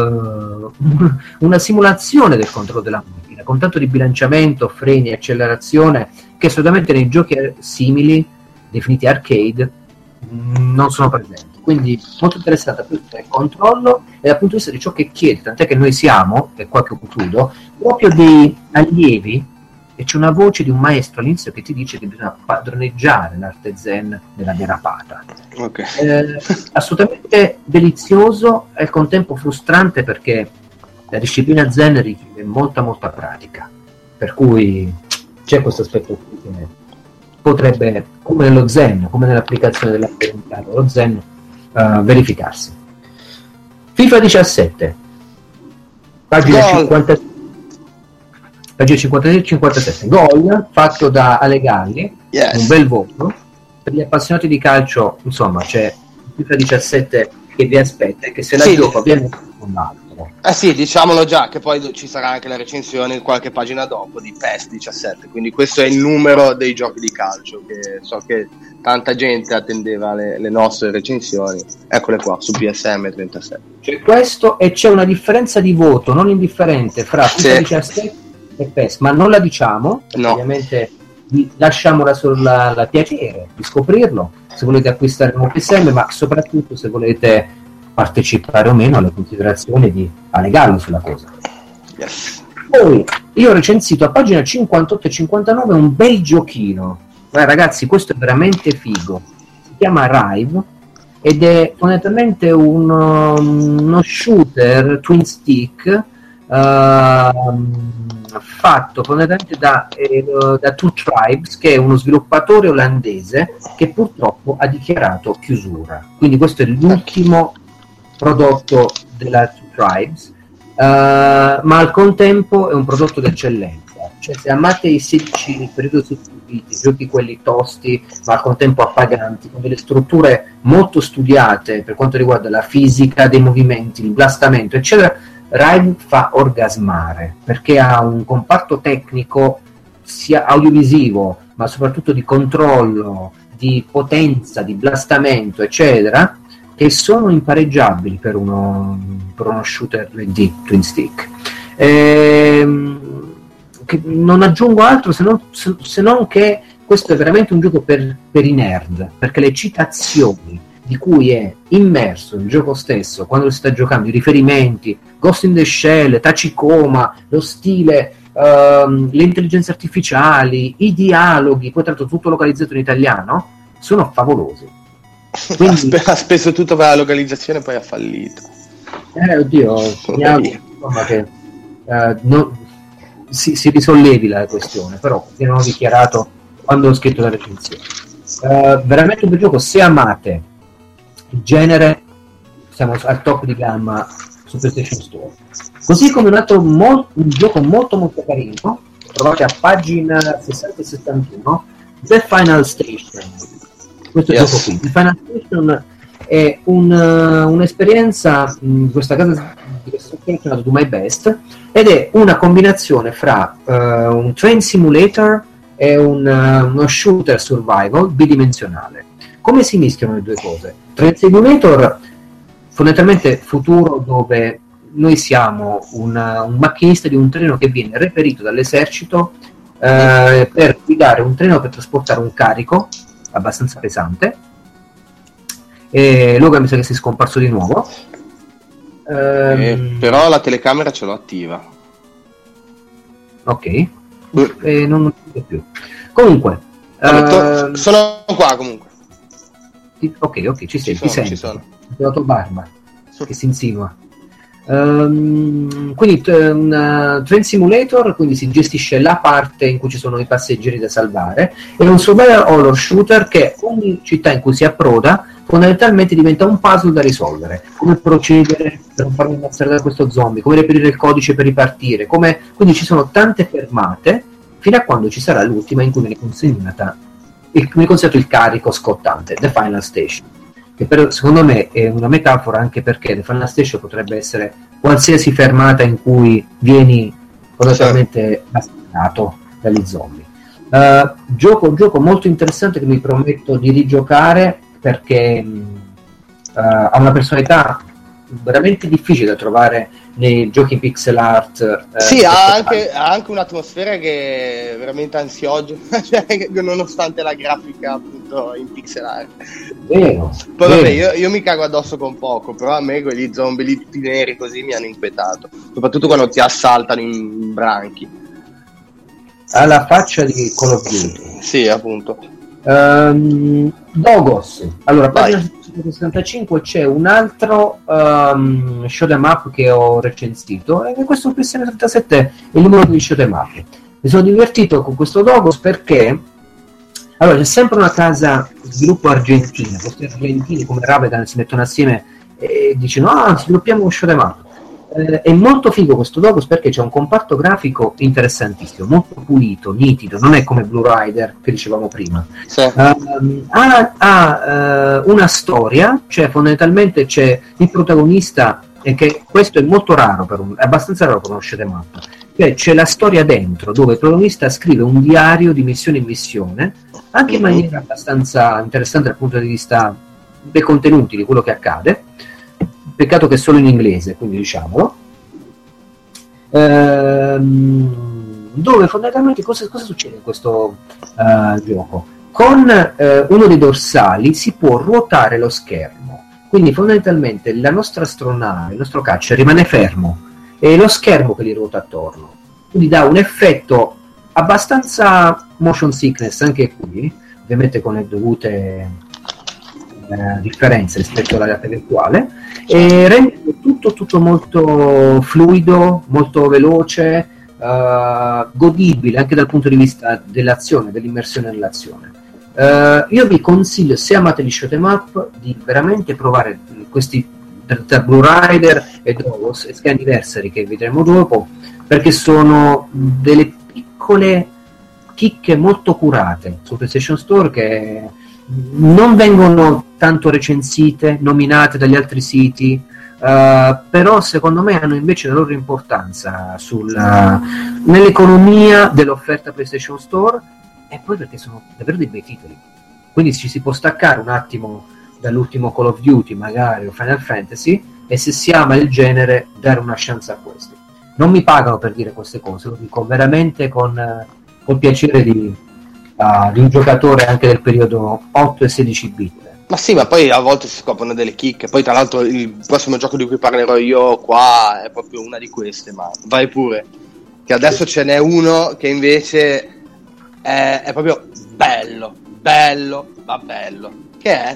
una simulazione del controllo della macchina, con tanto di bilanciamento, freni, accelerazione, che solitamente nei giochi simili, definiti arcade, non sono presenti. Quindi molto interessante dal punto di vista del controllo e dal punto di vista di ciò che chiede, tant'è che noi siamo, e qua che concludo, proprio dei allievi, e c'è una voce di un maestro all'inizio che ti dice che bisogna padroneggiare l'arte zen della derapata. Okay. Assolutamente delizioso e al contempo frustrante, perché la disciplina zen richiede molta pratica, per cui c'è questo aspetto che potrebbe, come nello zen, come nell'applicazione dell'arte dello zen, verificarsi. FIFA 17, pagina 50. Pagina 56-57, gol fatto da Ale Galli, un bel voto. Per gli appassionati di calcio, insomma, c'è FIFA 17 che vi aspetta e che se la gioca ovviamente con l'altro. Sì, diciamolo già, che poi ci sarà anche la recensione qualche pagina dopo di PES 17, quindi questo è il numero dei giochi di calcio, che so che tanta gente attendeva le nostre recensioni. Eccole qua, su PSM 37. C'è questo, e c'è una differenza di voto non indifferente fra FIFA 17 e PES, ma non la diciamo, no. Ovviamente vi lasciamo la piacere di scoprirlo, se volete acquistare un PSM, ma soprattutto se volete partecipare o meno alle considerazioni di Ale Gallo sulla cosa. Yes. Poi io ho recensito a pagina 58 e 59 un bel giochino. Ragazzi, questo è veramente figo, si chiama Rive ed è fondamentalmente uno shooter twin stick fatto fondamentalmente da Two Tribes, che è uno sviluppatore olandese che purtroppo ha dichiarato chiusura. Quindi questo è l'ultimo prodotto della Two Tribes, ma al contempo è un prodotto d'eccellenza. Cioè, se amate i 16 periodo sostituiti, giochi quelli tosti ma al contempo appaganti, con delle strutture molto studiate per quanto riguarda la fisica dei movimenti, il blastamento eccetera, Rive fa orgasmare, perché ha un comparto tecnico sia audiovisivo ma soprattutto di controllo, di potenza, di blastamento eccetera, che sono impareggiabili per uno shooter 2D twin stick. Che non aggiungo altro se non che questo è veramente un gioco per i nerd, perché le citazioni di cui è immerso il gioco stesso quando si sta giocando, i riferimenti, Ghost in the Shell, Tachikoma, lo stile, le intelligenze artificiali, i dialoghi, poi tra l'altro tutto localizzato in italiano, sono favolosi. Quindi, ha speso tutto per la localizzazione e poi ha fallito. Oddio, mi auguro insomma, che si risollevi la questione, però non ho dichiarato quando ho scritto la recensione. Veramente un bel gioco, se amate il genere siamo al top di gamma su PlayStation Store. Così come un altro un gioco molto carino, trovate a pagina 60 e 71, The Final Station. Questo gioco qui, The Final Station è un'esperienza in questa casa di questo chiamato Do My Best, ed è una combinazione fra un train simulator e uno shooter survival bidimensionale. Come si mischiano le due cose? Train simulator fondamentalmente futuro, dove noi siamo un macchinista di un treno che viene reperito dall'esercito per guidare un treno per trasportare un carico abbastanza pesante. E Logan mi sa che si è scomparso di nuovo. Però la telecamera ce l'ho attiva. Ok. Non vedo più. Comunque sono qua comunque. Ok, ci sei, ti sono. La tua barba che si insinua. Quindi un train simulator, quindi si gestisce la parte in cui ci sono i passeggeri da salvare, e un survival horror shooter che ogni città in cui si approda fondamentalmente diventa un puzzle da risolvere, come procedere per non farmi ammazzare da questo zombie, come reperire il codice per ripartire, quindi ci sono tante fermate fino a quando ci sarà l'ultima in cui mi è consegnato il carico scottante, The Final Station, che secondo me è una metafora, anche perché The Final Station potrebbe essere qualsiasi fermata in cui vieni totalmente assassinato dagli zombie. Gioco molto interessante che mi prometto di rigiocare, perché ha una personalità veramente difficile da trovare nei giochi in pixel art. Sì, ha anche un'atmosfera che è veramente ansiogena, cioè, nonostante la grafica appunto in pixel art. Vero. Poi vabbè, io mi cago addosso con poco, però a me quegli zombie lì tutti neri così mi hanno inquietato, soprattutto quando ti assaltano in branchi. Alla faccia di Call of Duty. Sì, appunto. Dogos. Allora, pagina 65 c'è un altro shoot 'em up che ho recensito, e questo PlayStation 37 è il numero di shoot 'em up. Mi sono divertito con questo Dogos perché allora c'è sempre una casa di sviluppo argentina, questi argentini come Ravegan si mettono assieme e dicono sviluppiamo un shoot 'em up. È molto figo questo Dogos perché c'è un comparto grafico interessantissimo, molto pulito, nitido, non è come Blue Rider che dicevamo prima. Sì. Ha una storia, cioè fondamentalmente c'è il protagonista, e che questo è molto raro è abbastanza raro per uno shoot 'em up, cioè c'è la storia dentro dove il protagonista scrive un diario di missione in missione, anche in maniera abbastanza interessante dal punto di vista dei contenuti, di quello che accade. Peccato che è solo in inglese, quindi diciamolo. Dove fondamentalmente cosa succede in questo gioco? Con uno dei dorsali si può ruotare lo schermo, quindi fondamentalmente la nostra astronave, il nostro caccia rimane fermo e lo schermo che gli ruota attorno, quindi dà un effetto abbastanza motion sickness anche qui, ovviamente con le dovute differenze rispetto alla realtà virtuale, e rende tutto molto fluido, molto veloce, godibile anche dal punto di vista dell'azione, dell'immersione nell'azione. Io vi consiglio, se amate gli shoot 'em up, di veramente provare questi tra Blue Rider e Dogos e Scanniversary che vedremo dopo, perché sono delle piccole chicche molto curate su PlayStation Store che non vengono tanto recensite, nominate dagli altri siti, però secondo me hanno invece la loro importanza nell'economia dell'offerta PlayStation Store, e poi perché sono davvero dei bei titoli, quindi ci si può staccare un attimo dall'ultimo Call of Duty magari o Final Fantasy, e se si ama il genere dare una chance a questi. Non mi pagano per dire queste cose, lo dico veramente col piacere di un giocatore anche del periodo 8 e 16 bit. Ma sì, ma poi a volte si scoprono delle chicche. Poi tra l'altro il prossimo gioco di cui parlerò io qua è proprio una di queste, ma vai pure, che adesso ce n'è uno che invece è proprio bello, ma bello, che è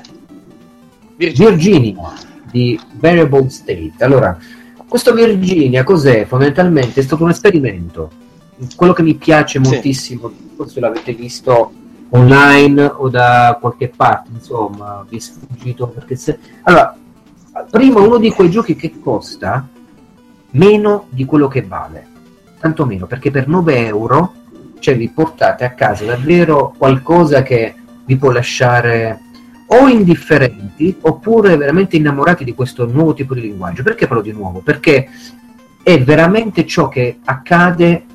Virginia di Variable State. Allora, questo Virginia cos'è? Fondamentalmente è stato un esperimento. Quello che mi piace moltissimo, forse l'avete visto online o da qualche parte, insomma, vi è sfuggito perché allora, prima uno di quei giochi che costa meno di quello che vale, tanto meno, perché per 9 euro cioè vi portate a casa davvero qualcosa che vi può lasciare o indifferenti oppure veramente innamorati di questo nuovo tipo di linguaggio. Perché parlo di nuovo? Perché è veramente ciò che accade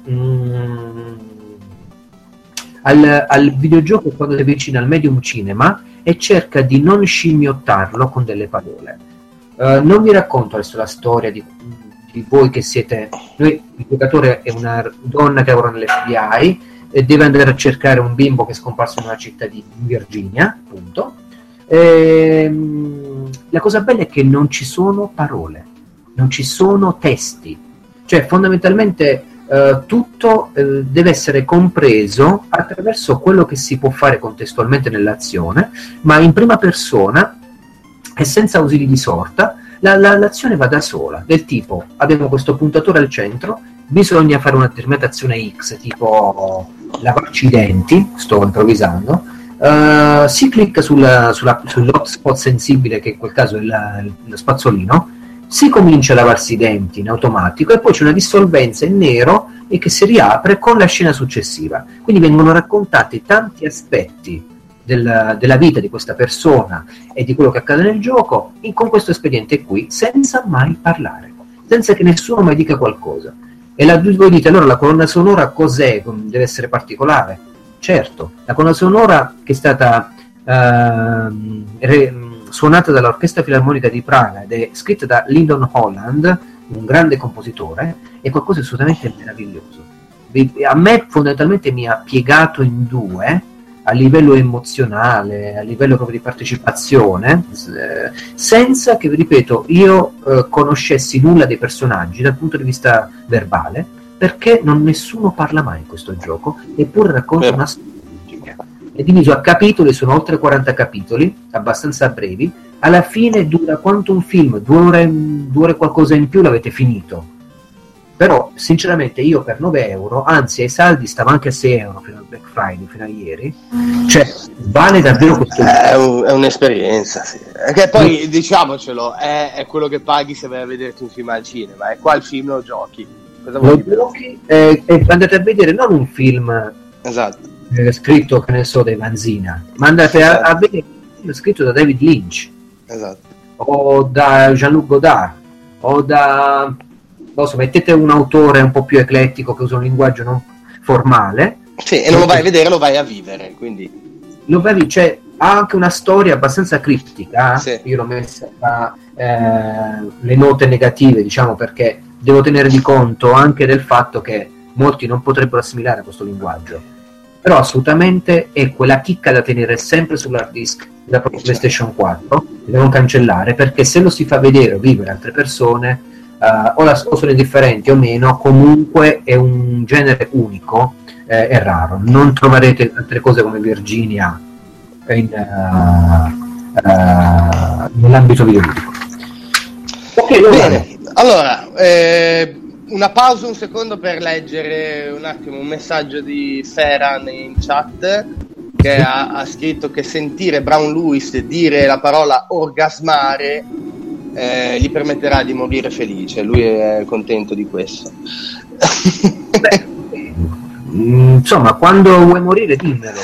al videogioco quando si avvicina al medium cinema e cerca di non scimmiottarlo con delle parole. Non vi racconto adesso la storia di voi che siete... il giocatore è una donna che lavora nell'FBI e deve andare a cercare un bimbo che è scomparso in una città di Virginia, appunto. La cosa bella è che non ci sono parole, non ci sono testi, cioè fondamentalmente tutto deve essere compreso attraverso quello che si può fare contestualmente nell'azione, ma in prima persona e senza ausili di sorta. L'azione va da sola, del tipo abbiamo questo puntatore al centro, bisogna fare una determinata azione X, tipo lavarci i denti, sto improvvisando, si clicca sull'hotspot sensibile, che in quel caso è lo spazzolino, si comincia a lavarsi i denti in automatico e poi c'è una dissolvenza in nero e che si riapre con la scena successiva. Quindi vengono raccontati tanti aspetti della vita di questa persona e di quello che accade nel gioco con questo espediente qui, senza mai parlare, senza che nessuno mai dica qualcosa. E voi dite, allora la colonna sonora cos'è? Deve essere particolare? Certo, la colonna sonora che è stata suonata dall'Orchestra Filarmonica di Praga ed è scritta da Lyndon Holland, un grande compositore, è qualcosa di assolutamente meraviglioso. A me fondamentalmente mi ha piegato in due a livello emozionale, a livello proprio di partecipazione, senza che, vi ripeto, io conoscessi nulla dei personaggi dal punto di vista verbale, perché nessuno parla mai in questo gioco, eppure racconta una storia. È diviso a capitoli, sono oltre 40 capitoli, abbastanza brevi. Alla fine dura quanto un film, 2 ore qualcosa in più l'avete finito. Però sinceramente io per 9 euro, anzi ai saldi stava anche a 6 euro fino al Black Friday, fino a ieri, cioè vale davvero questo. È un'esperienza, sì. Che poi diciamocelo, è quello che paghi se vai a vederti un film al cinema, e qua il film lo giochi. Lo giochi e andate a vedere non un film, esatto, scritto, che ne so, da Vanzina, ma andate a vedere un film scritto da David Lynch, esatto, o da Jean-Luc Godard, o da, non so, mettete un autore un po' più eclettico che usa un linguaggio non formale, sì, e non lo vai a vedere, lo vai a vivere, quindi lo vai, cioè ha anche una storia abbastanza criptica, sì. Io l'ho messa le note negative, diciamo, perché devo tenere di conto anche del fatto che molti non potrebbero assimilare questo linguaggio, però assolutamente è quella chicca da tenere sempre sull'hard disk della propria PlayStation 4 e da non cancellare, perché se lo si fa vedere o vivere altre persone, o sono indifferenti o meno, comunque è un genere unico, è raro, non troverete altre cose come Virginia nell'ambito videoludico. Bene, allora una pausa un secondo per leggere un attimo un messaggio di Ferran in chat, che ha scritto che sentire Brown Lewis dire la parola orgasmare gli permetterà di morire felice. Lui è contento di questo. Insomma, quando vuoi morire dimmelo.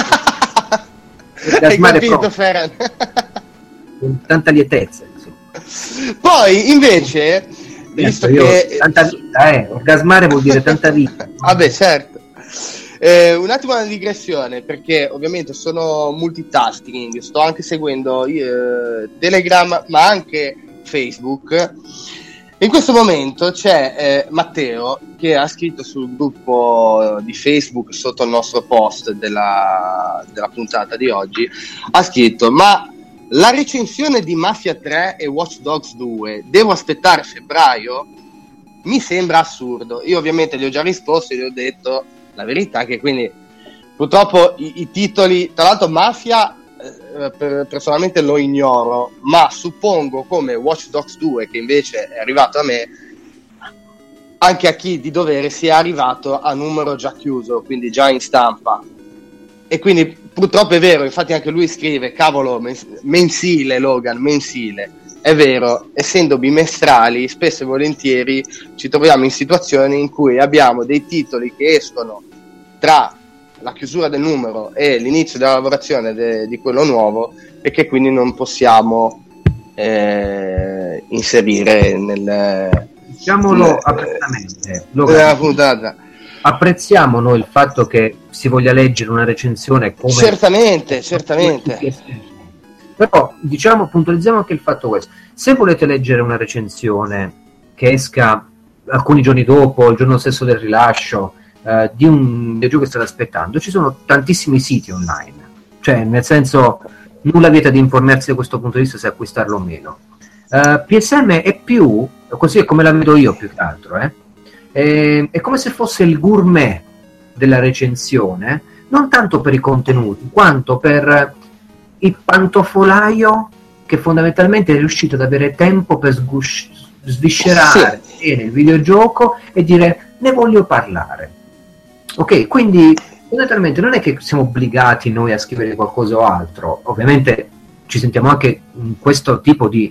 Hai capito, Ferran? Con tanta lietezza, insomma. Poi invece, visto che tanta vita, orgasmare vuol dire tanta vita. Vabbè, certo. Un attimo una digressione, perché ovviamente sono multitasking, sto anche seguendo Telegram ma anche Facebook. In questo momento c'è Matteo che ha scritto sul gruppo di Facebook sotto il nostro post della puntata di oggi, ha scritto: ma la recensione di Mafia 3 e Watch Dogs 2 devo aspettare febbraio? Mi sembra assurdo. Io ovviamente gli ho già risposto e gli ho detto la verità, che quindi purtroppo i titoli, tra l'altro Mafia personalmente lo ignoro, ma suppongo come Watch Dogs 2, che invece è arrivato a me, anche a chi di dovere sia arrivato a numero già chiuso, quindi già in stampa. E quindi purtroppo è vero, infatti anche lui scrive cavolo, mensile Logan, mensile. È vero, essendo bimestrali spesso e volentieri ci troviamo in situazioni in cui abbiamo dei titoli che escono tra la chiusura del numero e l'inizio della lavorazione di quello nuovo, e che quindi non possiamo inserire diciamolo apertamente, nella puntata. Apprezziamo noi il fatto che si voglia leggere una recensione come certamente però diciamo, puntualizziamo anche il fatto questo: se volete leggere una recensione che esca alcuni giorni dopo, il giorno stesso del rilascio di un videogioco che state aspettando, ci sono tantissimi siti online, cioè nel senso nulla vieta di informarsi da questo punto di vista se acquistarlo o meno. PSM è più, così è come la vedo io più che altro, è come se fosse il gourmet della recensione, non tanto per i contenuti quanto per il pantofolaio che fondamentalmente è riuscito ad avere tempo per sviscerare il videogioco e dire ne voglio parlare. Ok, quindi fondamentalmente non è che siamo obbligati noi a scrivere qualcosa o altro, ovviamente ci sentiamo anche in questo tipo di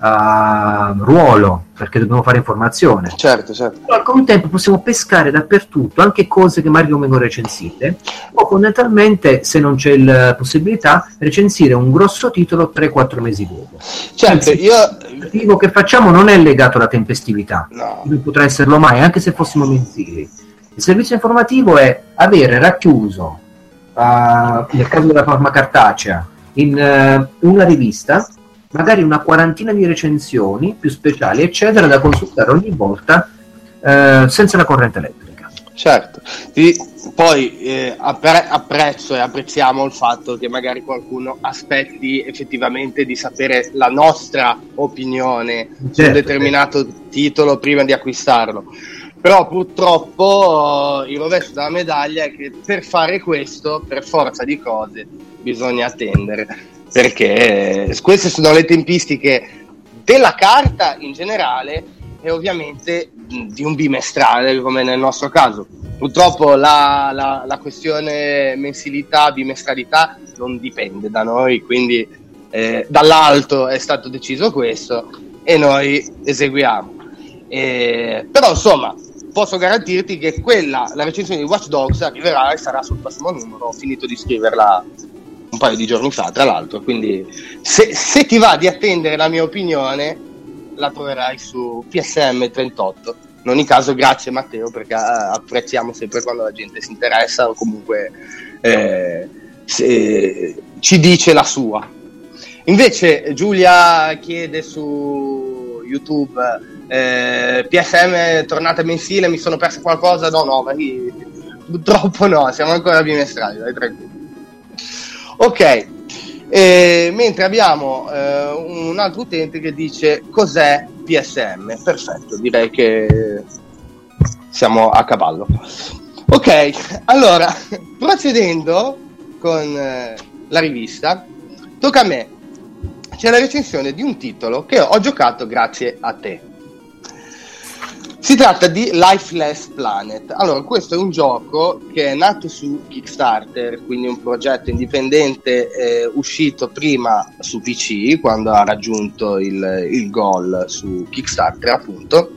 ruolo, perché dobbiamo fare informazione. Certo. Però al contempo possiamo pescare dappertutto anche cose che magari non vengono recensite, o fondamentalmente, se non c'è la possibilità, recensire un grosso titolo 3-4 mesi dopo. Certo, Il motivo che facciamo non è legato alla tempestività, No. non potrà esserlo mai, anche se fossimo mensili. Il servizio informativo è avere racchiuso, nel caso della forma cartacea, in una rivista, magari una quarantina di recensioni più speciali, eccetera, da consultare ogni volta senza la corrente elettrica. Certo, poi apprezzo e apprezziamo il fatto che magari qualcuno aspetti effettivamente di sapere la nostra opinione su un determinato titolo prima di acquistarlo. Però purtroppo il rovescio della medaglia è che per fare questo, per forza di cose, bisogna attendere, perché queste sono le tempistiche della carta in generale e ovviamente di un bimestrale come nel nostro caso. Purtroppo la questione mensilità, bimestralità non dipende da noi, quindi dall'alto è stato deciso questo e noi eseguiamo. Però insomma posso garantirti che la recensione di Watch Dogs arriverà e sarà sul prossimo numero. Ho finito di scriverla un paio di giorni fa, tra l'altro, quindi se ti va di attendere la mia opinione la troverai su PSM 38. In ogni caso grazie Matteo, perché apprezziamo sempre quando la gente si interessa o comunque ci dice la sua. Invece Giulia chiede su YouTube PSM tornata mensile, mi sono persa qualcosa? No, purtroppo no, siamo ancora bimestrali, dai, tranquillo. Ok, mentre abbiamo un altro utente che dice cos'è PSM. Perfetto, direi che siamo a cavallo. Ok, allora procedendo con la rivista, tocca a me. C'è la recensione di un titolo che ho giocato grazie a te. Si tratta di Lifeless Planet. Allora, questo è un gioco che è nato su Kickstarter, quindi un progetto indipendente uscito prima su PC, quando ha raggiunto il goal su Kickstarter, appunto.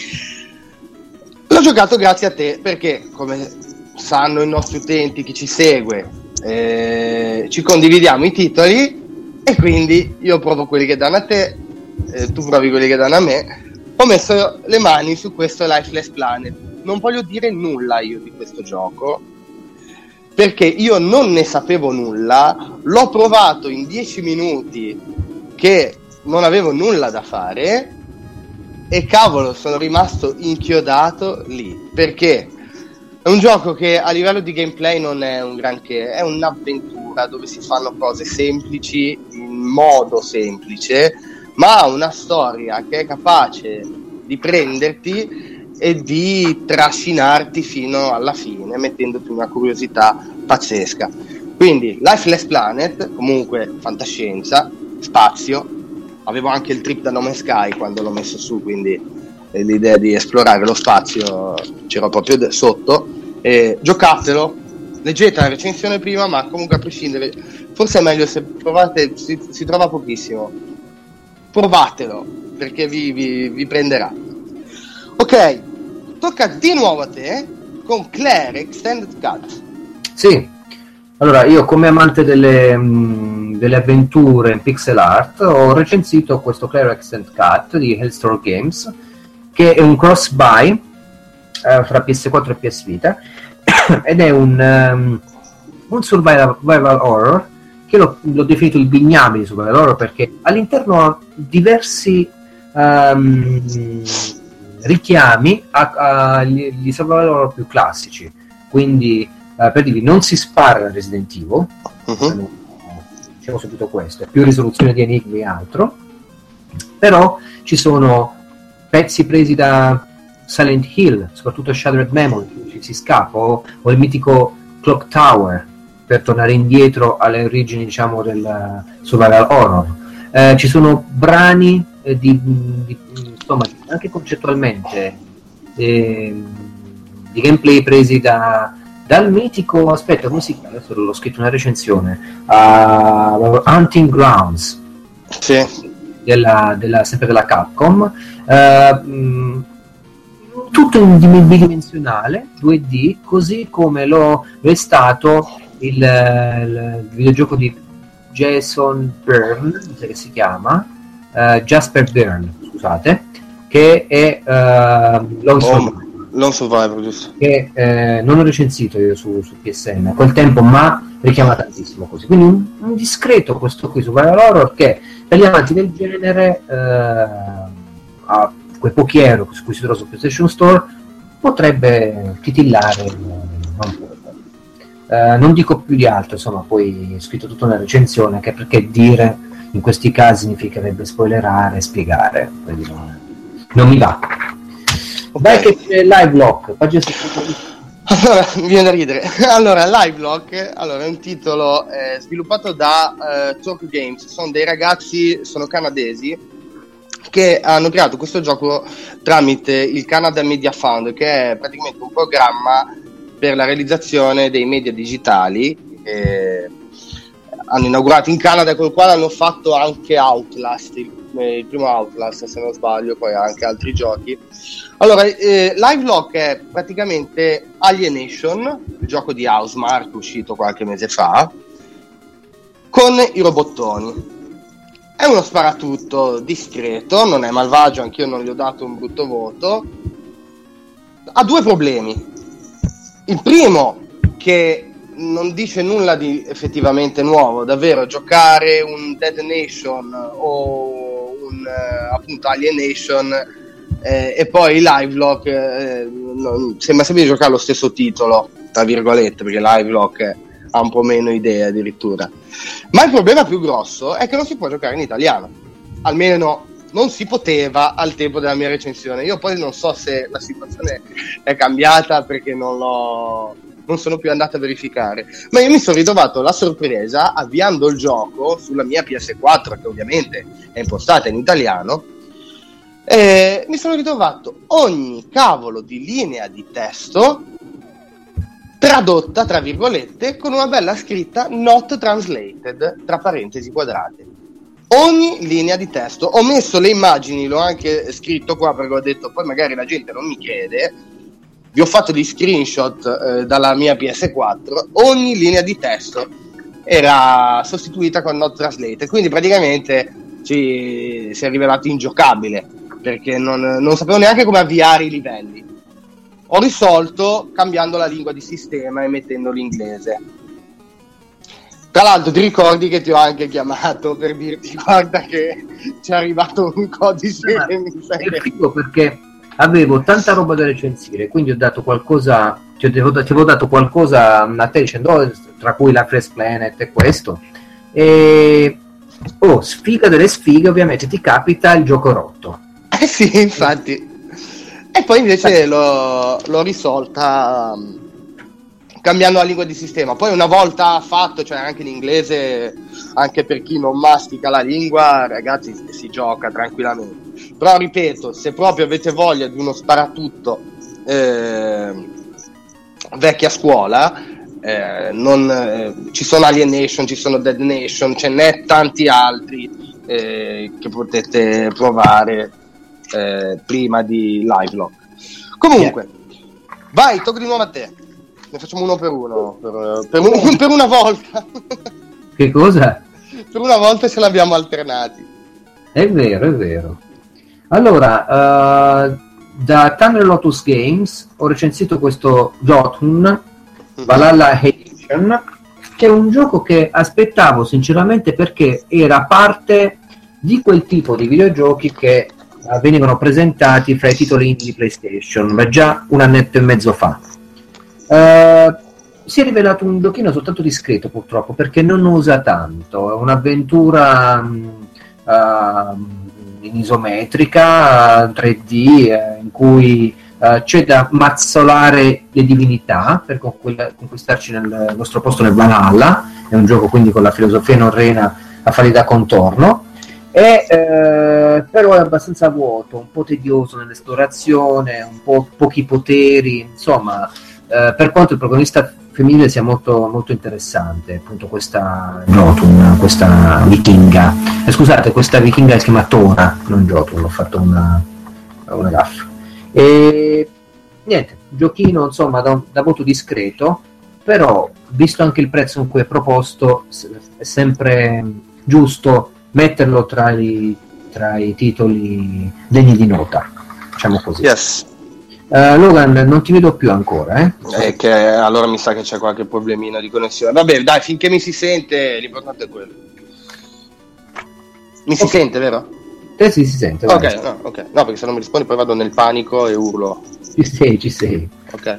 L'ho giocato grazie a te, perché, come sanno i nostri utenti, chi ci segue, ci condividiamo i titoli, e quindi io provo quelli che danno a te, tu provi quelli che danno a me. Ho messo le mani su questo Lifeless Planet. Non voglio dire nulla io di questo gioco, perché io non ne sapevo nulla. L'ho provato in 10 minuti che non avevo nulla da fare e cavolo, sono rimasto inchiodato lì, perché è un gioco che a livello di gameplay non è un granché, è un'avventura dove si fanno cose semplici in modo semplice, ma ha una storia che è capace di prenderti e di trascinarti fino alla fine, mettendoti una curiosità pazzesca. Quindi Lifeless Planet, comunque fantascienza, spazio, avevo anche il trip da No Man's Sky quando l'ho messo su, quindi l'idea di esplorare lo spazio c'era proprio sotto. Giocatelo, leggete la recensione prima, ma comunque a prescindere forse è meglio se provate, si trova pochissimo. Provatelo, perché vi prenderà. Ok, tocca di nuovo a te con Claire Extended Cut. Sì, allora io come amante delle avventure in pixel art ho recensito questo Claire Extended Cut di Hellstorm Games, che è un cross-buy fra PS4 e PS Vita ed è un survival horror che l'ho definito il bignami di survival horror, perché all'interno ha diversi richiami agli survival horror più classici. Quindi per dirvi, non si spara Resident Evil, diciamo subito questo, è più risoluzione di enigmi e altro, però ci sono pezzi presi da Silent Hill, soprattutto Shattered Memory, ci si scappa, o il mitico Clock Tower, per tornare indietro alle origini, diciamo, del survival horror. Ci sono brani insomma, anche concettualmente di gameplay presi dal mitico, aspetta, come si chiama? Adesso l'ho scritto una recensione, Hunting Grounds. Sì. sempre della Capcom, tutto in bidimensionale 2D, così come lo è stato il videogioco di Jason Byrne, che si chiama Jasper Byrne, scusate, che è Lone Survivor, giusto? Che non ho recensito io su PSN a quel tempo, ma richiama tantissimo così. Quindi un discreto questo qui survival horror che per gli amanti del genere, a quei pochi euro su cui si trova su PlayStation Store, potrebbe titillare un po'. Non dico più di altro, insomma, poi ho scritto tutto nella recensione, anche perché dire in questi casi significherebbe spoilerare, spiegare, quindi non mi va. Dai che c'è Livelock, pagina 70. Allora, mi viene da ridere. Allora, Livelock è un titolo sviluppato da Talk Games, sono dei ragazzi, sono canadesi, che hanno creato questo gioco tramite il Canada Media Fund, che è praticamente un programma per la realizzazione dei media digitali. Hanno inaugurato in Canada, con il quale hanno fatto anche Outlast, il primo Outlast se non sbaglio, poi anche altri giochi. Allora, Livelock è praticamente Alienation, il gioco di Housemarque uscito qualche mese fa, con i robottoni. È uno sparatutto discreto, non è malvagio, anch'io non gli ho dato un brutto voto. Ha due problemi. Il primo, che non dice nulla di effettivamente nuovo, davvero giocare un Dead Nation o un appunto Alienation e poi Livelock sembra sempre di giocare allo stesso titolo, tra virgolette, perché Livelock ha un po' meno idee addirittura. Ma il problema più grosso è che non si può giocare in italiano, almeno non si poteva al tempo della mia recensione. Io poi non so se la situazione è cambiata, perché non sono più andato a verificare, ma io mi sono ritrovato la sorpresa avviando il gioco sulla mia PS4, che ovviamente è impostata in italiano, e mi sono ritrovato ogni cavolo di linea di testo tradotta, tra virgolette, con una bella scritta not translated, tra parentesi quadrate. Ogni linea di testo. Ho messo le immagini, l'ho anche scritto qua, perché ho detto poi magari la gente non mi crede. Vi ho fatto degli screenshot dalla mia PS4. Ogni linea di testo era sostituita con not translated, quindi praticamente si è rivelato ingiocabile, perché non sapevo neanche come avviare i livelli. Ho risolto cambiando la lingua di sistema e mettendo l'inglese. Tra l'altro ti ricordi che ti ho anche chiamato per dirti guarda che ci è arrivato un codice che mi è figo, perché avevo tanta roba da recensire, quindi ho dato qualcosa, ti avevo dato qualcosa a te dicendo, tra cui la Fresh Planet e questo, e sfiga delle sfighe, ovviamente ti capita il gioco rotto. Sì, infatti. E poi invece l'ho risolta cambiando la lingua di sistema. Poi una volta fatto, cioè anche in inglese, anche per chi non mastica la lingua, ragazzi, si gioca tranquillamente. Però ripeto, se proprio avete voglia di uno sparatutto vecchia scuola, ci sono Alienation, ci sono Dead Nation, ce n'è tanti altri che potete provare prima di Livelock. Comunque, vai, tocca di nuovo a te. Ne facciamo uno per uno, per una volta. Che cosa? Per una volta ce l'abbiamo alternati. È vero. Allora, da Thunder Lotus Games ho recensito questo Jotun, Valhalla Edition, che è un gioco che aspettavo sinceramente, perché era parte di quel tipo di videogiochi che venivano presentati fra i titoli indie di PlayStation, ma già un annetto e mezzo fa. Si è rivelato un giochino soltanto discreto, purtroppo, perché non usa tanto. È un'avventura in isometrica 3D in cui c'è da mazzolare le divinità per conquistarci nel nostro posto nel Valhalla. È un gioco quindi con la filosofia norrena a fargli da contorno. Però è abbastanza vuoto, un po' tedioso nell'esplorazione, un po' pochi poteri, insomma, per quanto il protagonista femminile sia molto, molto interessante, appunto questa Jotun, questa vichinga. Scusate, questa vichinga si chiama Tora, non Jotun, ho fatto una gaffa. E niente, giochino insomma da voto discreto, però visto anche il prezzo in cui è proposto è sempre giusto metterlo tra i titoli degni di nota, diciamo così. Yes. Logan, non ti vedo più ancora, Che allora mi sa che c'è qualche problemino di connessione. Vabbè, dai, finché mi si sente, l'importante è quello. Mi si sente, vero? Sì, si sente. Ok, no, perché se non mi rispondi poi vado nel panico e urlo. Ci sei. Ok.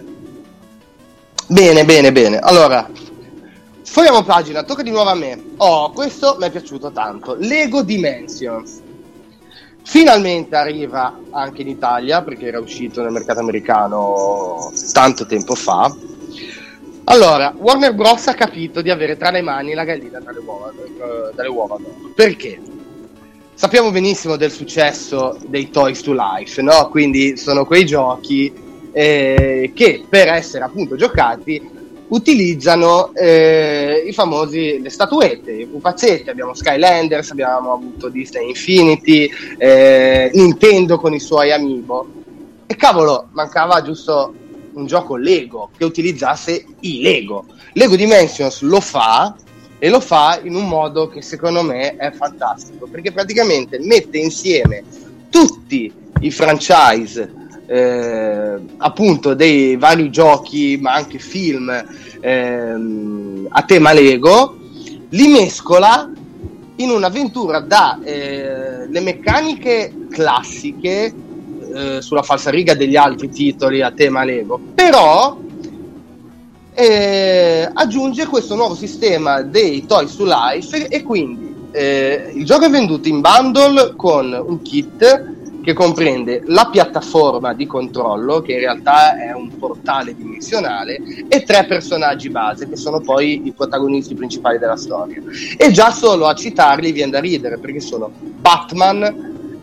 Bene. Allora, sfogliamo pagina, tocca di nuovo a me. Questo mi è piaciuto tanto. Lego Dimensions. Finalmente arriva anche in Italia, perché era uscito nel mercato americano tanto tempo fa. Allora, Warner Bros. Ha capito di avere tra le mani la gallina dalle uova d'oro. Perché? Sappiamo benissimo del successo dei Toys to Life, no? Quindi sono quei giochi che per essere appunto giocati utilizzano le statuette, i pupazzetti. Abbiamo Skylanders, abbiamo avuto Disney Infinity, Nintendo con i suoi amiibo, e cavolo, mancava giusto un gioco Lego che utilizzasse i Lego. Lego Dimensions lo fa, e lo fa in un modo che secondo me è fantastico, perché praticamente mette insieme tutti i franchise appunto dei vari giochi, ma anche film a tema Lego, li mescola in un'avventura le meccaniche classiche sulla falsariga degli altri titoli a tema Lego, però aggiunge questo nuovo sistema dei Toys to Life, e quindi il gioco è venduto in bundle con un kit che comprende la piattaforma di controllo, che in realtà è un portale dimensionale, e 3 personaggi base che sono poi i protagonisti principali della storia. E già solo a citarli viene da ridere, perché sono Batman,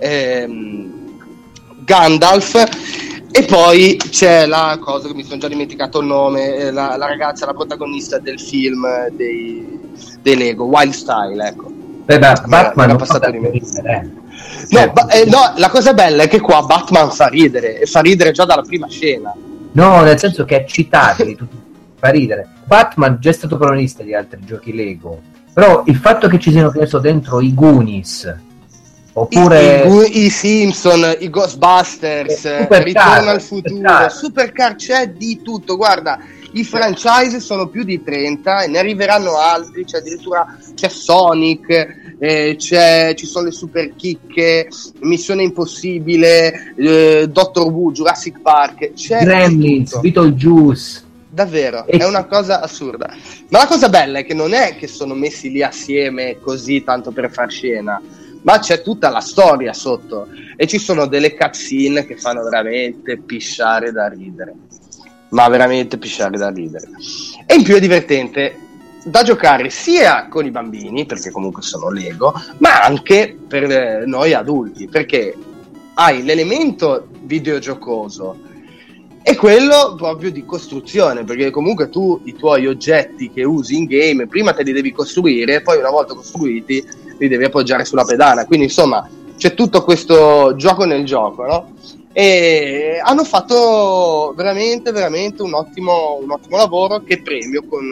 Gandalf, e poi c'è la cosa che mi sono già dimenticato il nome, la ragazza, la protagonista del film dei Lego, Wild Style, ecco. Batman era passato di me. No, la cosa bella è che qua Batman fa ridere, e fa ridere già dalla prima scena. No, nel senso che a citarli fa ridere. Batman già è stato protagonista di altri giochi Lego, però il fatto che ci siano messo dentro i Goonies, oppure i Simpson, i Ghostbusters, Ritorno al futuro, Supercar, c'è di tutto. Guarda, i franchise sono più di 30 e ne arriveranno altri, c'è addirittura c'è Sonic, ci sono le super chicche, Missione Impossibile, Doctor Who, Jurassic Park, c'è Gremlins, Beetlejuice. Davvero, è una cosa assurda. Ma la cosa bella è che non è che sono messi lì assieme così tanto per far scena, ma c'è tutta la storia sotto, e ci sono delle cutscene che fanno veramente pisciare da ridere. Ma veramente pisciare da ridere. E in più è divertente da giocare sia con i bambini, perché comunque sono Lego, ma anche per noi adulti, perché hai l'elemento videogiocoso e quello proprio di costruzione, perché comunque tu i tuoi oggetti che usi in game prima te li devi costruire, poi una volta costruiti li devi appoggiare sulla pedana, quindi insomma c'è tutto questo gioco nel gioco, no? E hanno fatto veramente un ottimo lavoro, che premio con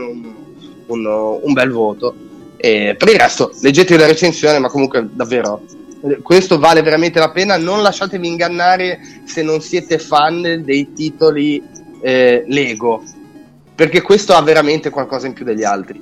un bel voto. E per il resto leggetevi la recensione, ma comunque davvero questo vale veramente la pena. Non lasciatevi ingannare se non siete fan dei titoli Lego, perché questo ha veramente qualcosa in più degli altri.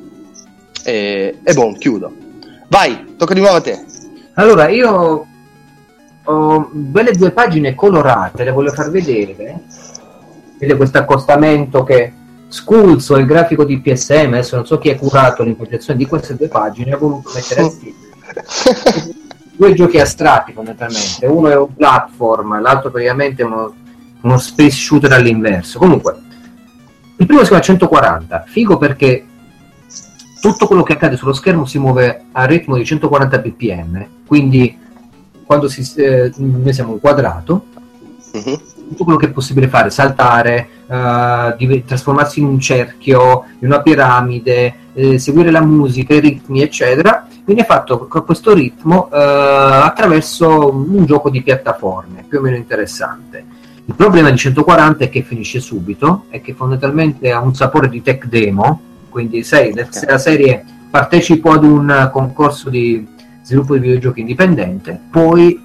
E chiudo. Vai, tocca di nuovo a te. Allora, io ho belle 2 pagine colorate, le voglio far vedere. Vede questo accostamento che Sculso, il grafico di PSM, adesso non so chi ha curato l'impostazione di queste 2 pagine, ha voluto mettere assieme 2 giochi astratti fondamentalmente. Uno è un platform, l'altro praticamente è uno space shooter all'inverso. Comunque, il primo si chiama 140, figo perché tutto quello che accade sullo schermo si muove a ritmo di 140 bpm, quindi quando noi siamo un quadrato, tutto quello che è possibile fare, saltare, trasformarsi in un cerchio, in una piramide, seguire la musica, i ritmi, eccetera, viene fatto con questo ritmo attraverso un gioco di piattaforme più o meno interessante. Il problema di 140 è che finisce subito e che fondamentalmente ha un sapore di tech demo, quindi se la serie partecipo ad un concorso di sviluppo di videogiochi indipendente, poi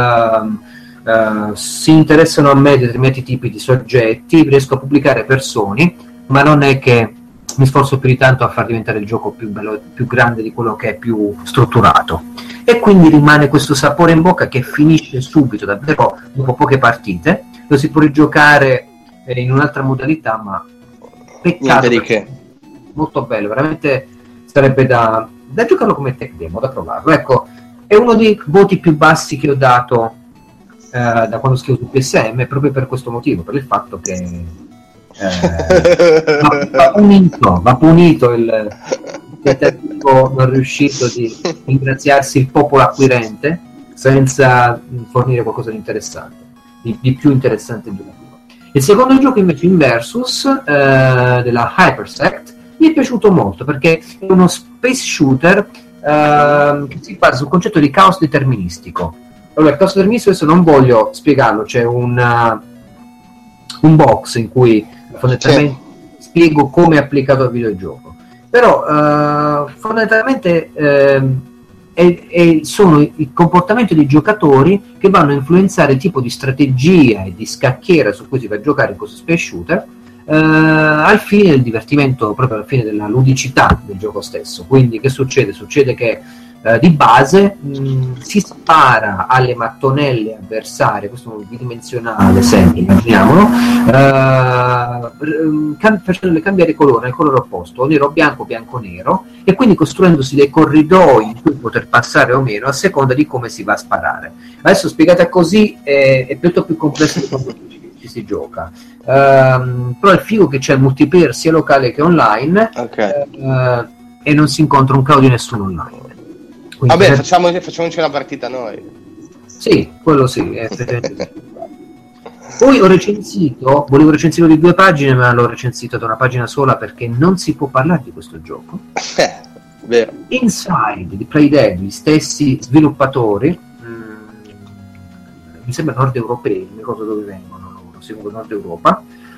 si interessano a me determinati tipi di soggetti, riesco a pubblicare persone, ma non è che mi sforzo più di tanto a far diventare il gioco più bello, più grande di quello che è più strutturato, e quindi rimane questo sapore in bocca che finisce subito, davvero dopo poche partite. Lo si può rigiocare in un'altra modalità, ma peccato, molto bello, veramente sarebbe da giocarlo come tech demo, da provarlo. Ecco, è uno dei voti più bassi che ho dato da quando scrivo su PSM, proprio per questo motivo, per il fatto che va punito il tentativo non riuscito di ringraziarsi il popolo acquirente senza fornire qualcosa di interessante, di più interessante e giocativo. Il secondo gioco invece, Inversus, della Hypersect, mi è piaciuto molto perché è uno space shooter che si basa sul concetto di caos deterministico. Allora, il caos deterministico adesso non voglio spiegarlo, c'è un box in cui fondamentalmente spiego come è applicato al videogioco, però fondamentalmente sono i comportamenti dei giocatori che vanno a influenzare il tipo di strategia e di scacchiera su cui si va a giocare in questo space shooter, al fine del divertimento, proprio al fine della ludicità del gioco stesso. Quindi che succede? Succede che di base si spara alle mattonelle avversarie, questo è un bidimensionale sempre, immaginiamolo, facendole cambiare colore, il colore opposto, nero bianco, bianco nero, e quindi costruendosi dei corridoi in cui poter passare o meno a seconda di come si va a sparare. Adesso spiegata così è molto più complesso di quando ci si gioca, però è figo che c'è il multiplayer sia locale che online, e non si incontra un cavolo di nessuno online. Quindi vabbè, facciamoci una partita noi. Sì, quello sì. Poi volevo recensirlo di 2 pagine, ma l'ho recensito da una pagina sola perché non si può parlare di questo gioco. Vero. Inside di Playdead, gli stessi sviluppatori, mi sembra nord europei, non ricordo dove vengono loro, sicuro Nord Europa,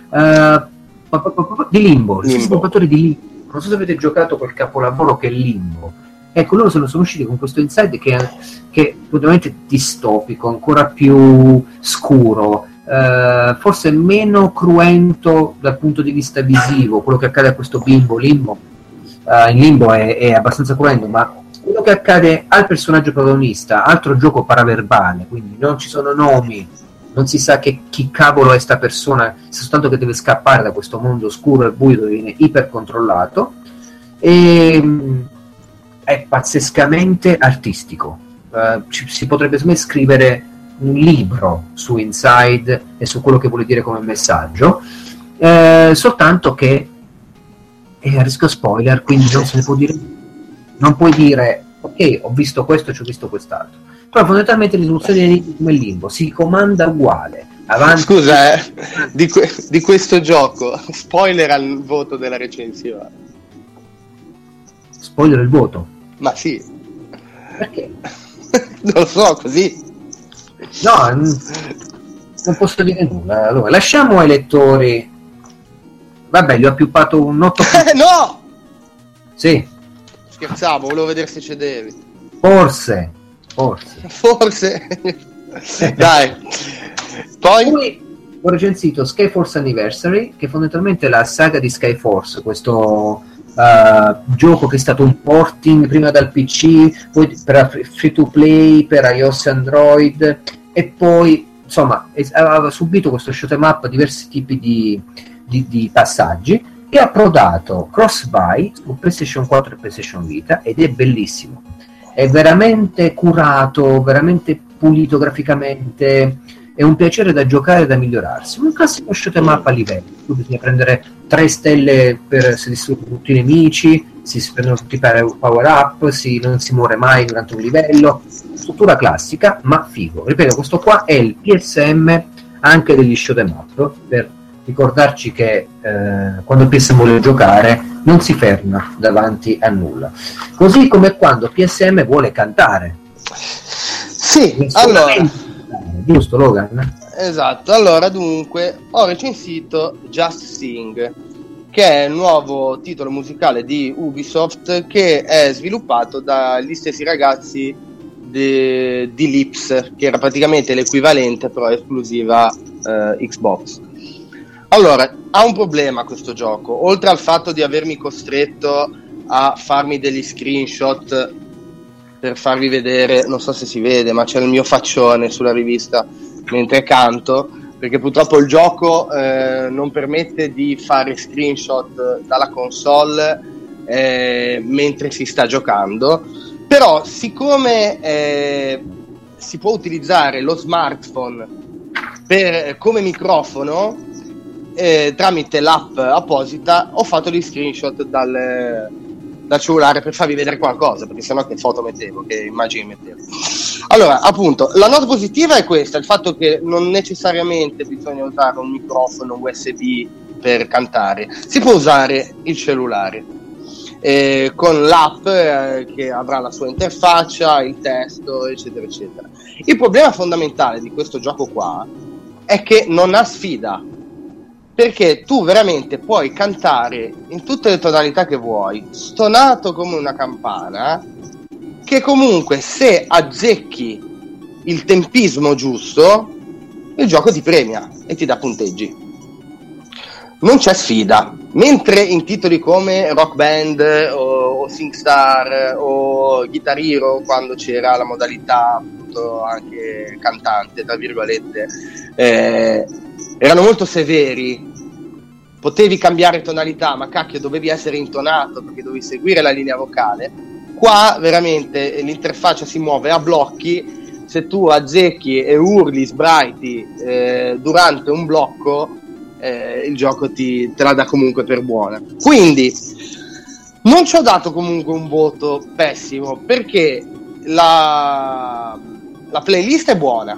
di Limbo, gli stessi sviluppatori di Limbo. Non so se avete giocato quel capolavoro che è Limbo. Ecco, loro sono usciti con questo Inside che è veramente distopico, ancora più scuro, forse meno cruento dal punto di vista visivo. Quello che accade a questo Limbo in Limbo è abbastanza cruento, ma quello che accade al personaggio protagonista, altro gioco paraverbale, quindi non ci sono nomi, non si sa chi cavolo è sta persona, soltanto che deve scappare da questo mondo scuro e buio dove viene ipercontrollato, e è pazzescamente artistico. Si potrebbe scrivere un libro su Inside e su quello che vuole dire come messaggio, soltanto che è a rischio spoiler, quindi non se ne può dire, non puoi dire ok, ho visto questo, ci ho visto quest'altro. Però fondamentalmente l'introduzione come Limbo si comanda uguale. Avanti. Scusa, di questo gioco, spoiler al voto della recensione. Spoiler il voto? Ma sì. Perché? Non lo so, così. No, non posso dire nulla. Allora, lasciamo ai lettori. Vabbè, gli ho piuppato un 8. No! Sì. Scherzavo, volevo vedere se cedevi. Forse. Dai. Poi ho recensito Skyforce Anniversary, che fondamentalmente è la saga di Skyforce, questo gioco che è stato un porting prima dal PC, poi per free to play per iOS e Android, e poi insomma aveva subito questo shoot 'em up, diversi tipi di passaggi, che ha prodato cross-buy su PlayStation 4 e PlayStation Vita, ed è bellissimo, è veramente curato, veramente pulito graficamente, è un piacere da giocare e da migliorarsi, un classico shoot 'em up a livello, bisogna prendere 3 stelle per se distruggono tutti i nemici, si prendono tutti i power up, non si muore mai durante un livello, struttura classica ma figo. Ripeto, questo qua è il PSM anche degli shoot 'em up, per ricordarci che quando PSM vuole giocare non si ferma davanti a nulla, così come quando PSM vuole cantare. Sì, allora, giusto Logan? esatto, allora dunque ho recensito Just Sing, che è il nuovo titolo musicale di Ubisoft, che è sviluppato dagli stessi ragazzi di Lips, che era praticamente l'equivalente però esclusiva Xbox. Allora, ha un problema questo gioco, oltre al fatto di avermi costretto a farmi degli screenshot per farvi vedere, non so se si vede, ma c'è il mio faccione sulla rivista mentre canto, perché purtroppo il gioco non permette di fare screenshot dalla console mentre si sta giocando, però siccome si può utilizzare lo smartphone come microfono tramite l'app apposita, ho fatto gli screenshot dal cellulare per farvi vedere qualcosa, perché sennò che foto mettevo, che immagini mettevo. Allora, appunto, la nota positiva è questa, il fatto che non necessariamente bisogna usare un microfono USB per cantare, si può usare il cellulare con l'app che avrà la sua interfaccia, il testo, eccetera eccetera. Il problema fondamentale di questo gioco qua è che non ha sfida, perché tu veramente puoi cantare in tutte le tonalità che vuoi, stonato come una campana, che comunque se azzecchi il tempismo giusto il gioco ti premia e ti dà punteggi. Non c'è sfida, mentre in titoli come Rock Band o SingStar o Guitar Hero, quando c'era la modalità appunto anche cantante tra virgolette, erano molto severi, potevi cambiare tonalità, ma cacchio dovevi essere intonato perché dovevi seguire la linea vocale. Qua veramente l'interfaccia si muove a blocchi, se tu azzecchi e urli, sbraiti durante un blocco, il gioco te la dà comunque per buona. Quindi non ci ho dato comunque un voto pessimo, perché la playlist è buona,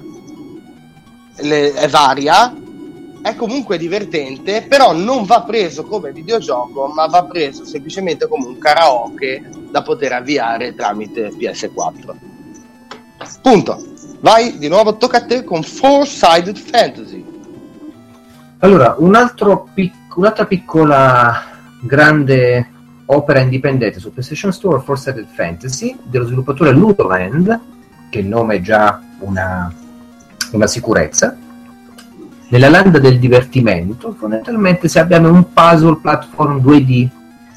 è varia, è comunque divertente, però non va preso come videogioco, ma va preso semplicemente come un karaoke da poter avviare tramite PS4. Punto. Vai, di nuovo tocca a te con Four-Sided Fantasy. Allora, un'altra piccola grande opera indipendente su PlayStation Store, Four-Sided Fantasy, dello sviluppatore Ludoland, che il nome è già una sicurezza. Nella landa del divertimento, fondamentalmente, se abbiamo un puzzle platform 2D,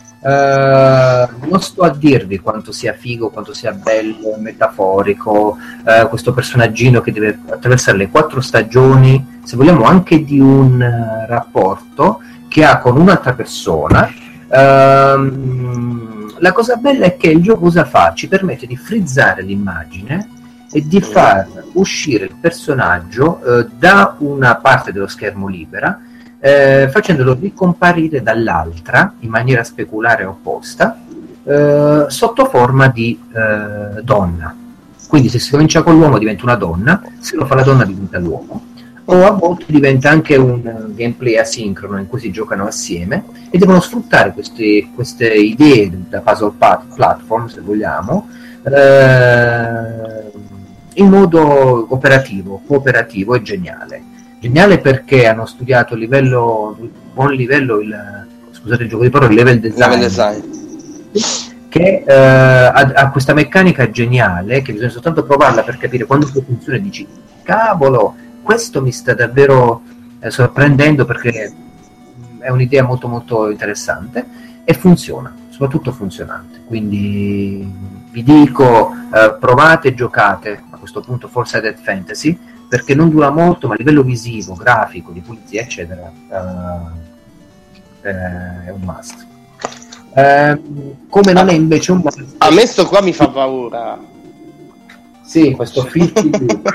non sto a dirvi quanto sia figo, quanto sia bello, metaforico, questo personaggino che deve attraversare le 4 stagioni, se vogliamo anche di un rapporto che ha con un'altra persona. La cosa bella è che il gioco cosa fa? Ci permette di frizzare l'immagine e di far uscire il personaggio da una parte dello schermo libera, facendolo ricomparire dall'altra in maniera speculare opposta, sotto forma di donna. Quindi se si comincia con l'uomo diventa una donna, se lo fa la donna diventa l'uomo, o a volte diventa anche un gameplay asincrono in cui si giocano assieme e devono sfruttare queste idee da puzzle platform, se vogliamo, in modo cooperativo e geniale. Geniale perché hanno studiato buon livello scusate il gioco di parole, il level design. Che ha questa meccanica geniale che bisogna soltanto provarla per capire quando funziona e dici cavolo, questo mi sta davvero sorprendendo, perché è un'idea molto molto interessante e funziona, soprattutto funzionante. Quindi vi dico, provate e giocate a questo punto Four-Sided Fantasy, perché non dura molto, ma a livello visivo, grafico, di pulizia eccetera è un must. Come non è invece un must, a me sto qua mi fa paura. sì, questo filthy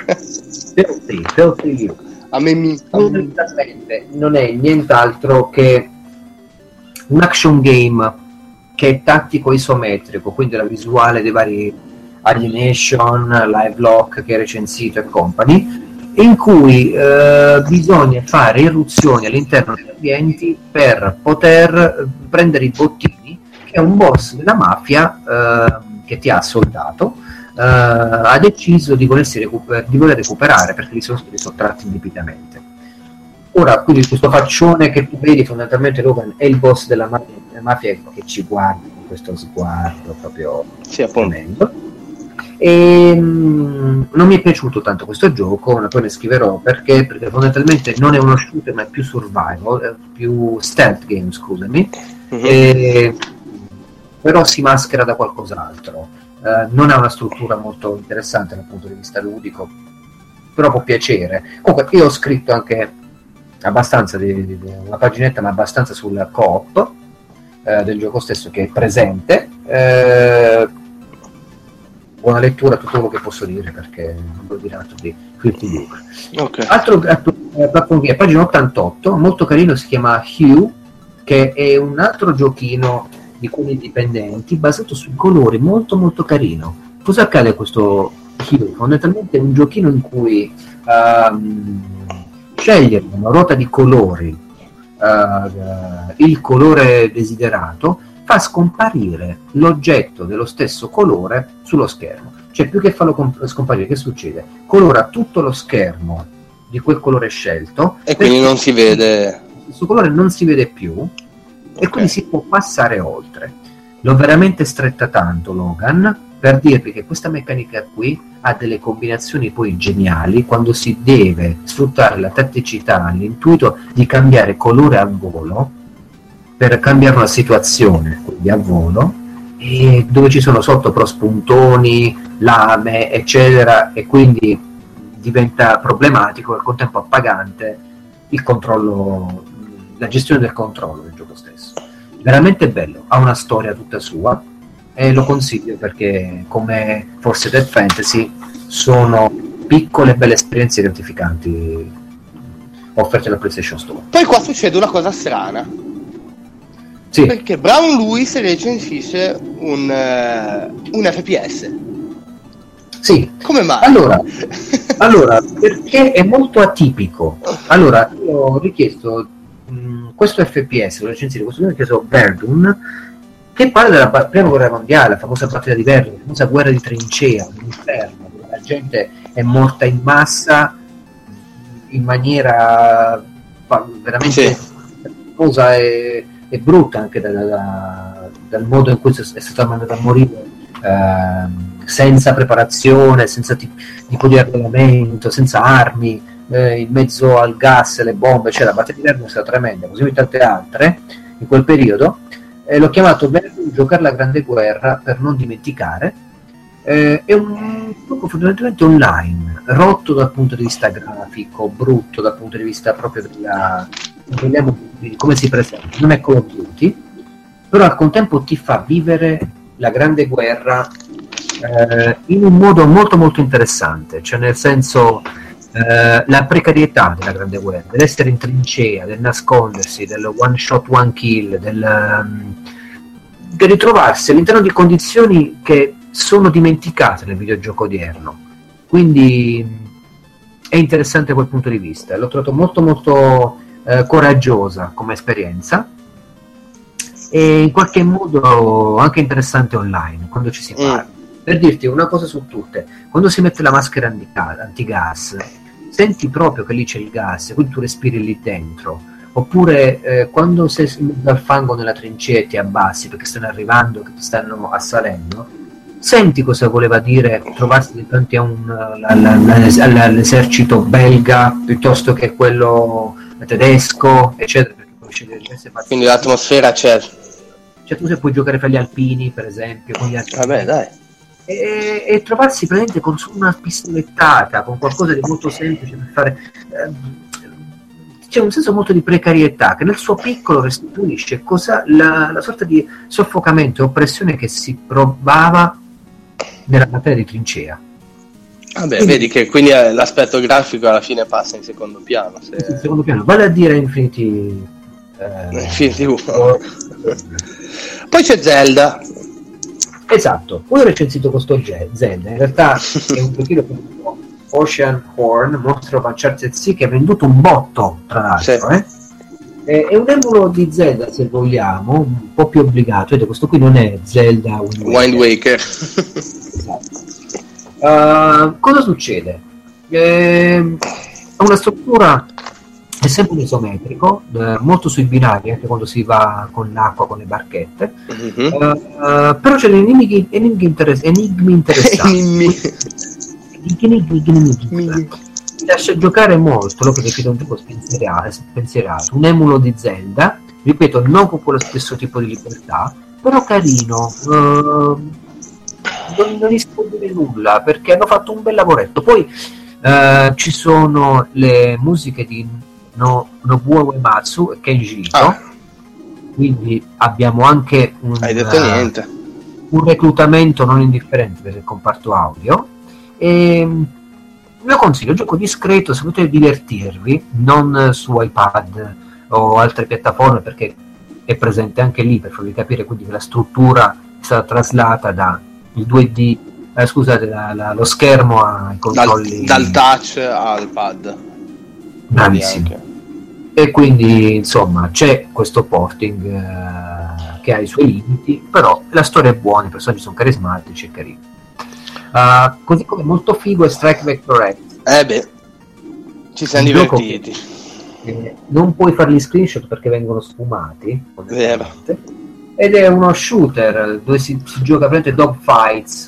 a me fondamentalmente non è nient'altro che un action game che è tattico isometrico, quindi la visuale dei vari Alienation, Live Lock che è recensito e company, in cui bisogna fare irruzioni all'interno degli ambienti per poter prendere i bottini, che è un boss della mafia che ti ha soldato, ha deciso di voler recuperare perché li sono stati sottratti indebitamente. Ora, quindi questo faccione che tu vedi, fondamentalmente Logan è il boss della mafia che ci guarda con questo sguardo proprio tremendo. E non mi è piaciuto tanto questo gioco, poi ne scriverò perché fondamentalmente non è uno shooter ma è più survival, è più stealth game, scusami. Però si maschera da qualcos'altro, non ha una struttura molto interessante dal punto di vista ludico, però può piacere. Comunque io ho scritto anche abbastanza di una paginetta, ma abbastanza sul co-op del gioco stesso, che è presente. Buona lettura, tutto quello che posso dire, perché non devo dire altro di Filthy Luke. Okay. Altro platform game, pagina 88, molto carino, si chiama Hue, che è un altro giochino di quelli indipendenti basato sui colori, molto molto carino. Cosa accade a questo Hue? Fondamentalmente è un giochino in cui scegliere una ruota di colori, il colore desiderato, fa scomparire l'oggetto dello stesso colore sullo schermo. Cioè, più che farlo scomparire, che succede? Colora tutto lo schermo di quel colore scelto, e quindi non si vede, questo colore non si vede più, e quindi si può passare oltre. L'ho veramente stretta tanto, Logan, per dirvi che questa meccanica qui ha delle combinazioni poi geniali quando si deve sfruttare la tatticità, l'intuito di cambiare colore a volo per cambiare una situazione, quindi a volo, e dove ci sono sotto però spuntoni, lame, eccetera, e quindi diventa problematico e al contempo appagante il controllo, la gestione del controllo del gioco stesso. Veramente bello, ha una storia tutta sua e lo consiglio perché, come forse Dead Fantasy, sono piccole belle esperienze gratificanti offerte da PlayStation Store. Poi qua succede una cosa strana. Sì. Perché Brown Lewis recensisce un FPS. Sì. Come mai? Allora, perché è molto atipico. Allora, io ho richiesto questo FPS, ho recensito questo gioco che ho chiesto Verdun, che parla della prima guerra mondiale, la famosa battaglia di Verdun, la famosa guerra di trincea, l'inferno, dove la gente è morta in massa in maniera veramente cosa è brutta, anche dal modo in cui è stata mandata a morire, senza preparazione, senza tipo di armamento, senza armi, in mezzo al gas e le bombe. Cioè, la battaglia di Verdun è stata tremenda, così come tante altre in quel periodo. L'ho chiamato Verdun, giocare la grande guerra per non dimenticare. È un gioco fondamentalmente online, rotto dal punto di vista grafico, brutto dal punto di vista proprio di come si presenta. Non è Call of Duty, però al contempo ti fa vivere la grande guerra in un modo molto molto interessante, cioè nel senso la precarietà della grande guerra, dell'essere in trincea, del nascondersi, del one shot one kill, del ritrovarsi all'interno di condizioni che sono dimenticate nel videogioco odierno. Quindi è interessante da quel punto di vista. L'ho trovato molto molto coraggiosa come esperienza e in qualche modo anche interessante online quando ci si parla. Per dirti una cosa su tutte, quando si mette la maschera antigas senti proprio che lì c'è il gas, quindi tu respiri lì dentro. Oppure quando sei dal fango nella trincea e ti abbassi perché stanno arrivando, che ti stanno assalendo, senti cosa voleva dire trovarsi davanti a all'esercito belga piuttosto che quello tedesco, eccetera. Quindi l'atmosfera c'è. Cioè, tu se puoi giocare fra gli alpini, per esempio, con gli alpini. Vabbè, dai. E trovarsi praticamente con una pistolettata, con qualcosa di molto semplice per fare. C'è un senso molto di precarietà che nel suo piccolo restituisce la sorta di soffocamento e oppressione che si provava nella battaglia di trincea. Vabbè, quindi, vedi che quindi l'aspetto grafico alla fine passa in secondo piano. In secondo piano, vale a dire Infinity 1. Poi c'è Zelda. Esatto, poi ho recensito questo Zelda, in realtà è un pochino Ocean Horn, Monster of Uncharted Sea, che ha venduto un botto, tra l'altro. È un emulo di Zelda, se vogliamo, un po' più obbligato. Vedete, questo qui non è Zelda Wind Waker. Cosa succede? Ha una struttura, è sempre un isometrico, molto sui binari, anche quando si va con l'acqua, con le barchette. Però c'è enigmi interessanti. Mi lascia giocare molto, l'ho definito un gioco spensierato, un emulo di Zelda, ripeto, non con quello stesso tipo di libertà, però carino. Non riesco a dire nulla perché hanno fatto un bel lavoretto. Poi ci sono le musiche di Nobuo Uematsu e Kenji Ito, quindi abbiamo anche Hai detto niente. Un reclutamento non indifferente per il comparto audio. E lo consiglio, un gioco discreto se potete divertirvi, non su iPad o altre piattaforme, perché è presente anche lì, per farvi capire quindi che la struttura è stata traslata da il 2D, scusate, lo schermo ai controlli, dal touch al pad. Bravissimo. E quindi insomma c'è questo porting che ha i suoi limiti, però la storia è buona, i personaggi sono carismatici e carini. Così come molto figo è Strike Vector X. Ci siamo divertiti. Non puoi fare gli screenshot perché vengono sfumati, vero. Ed è uno shooter dove si gioca praticamente dogfights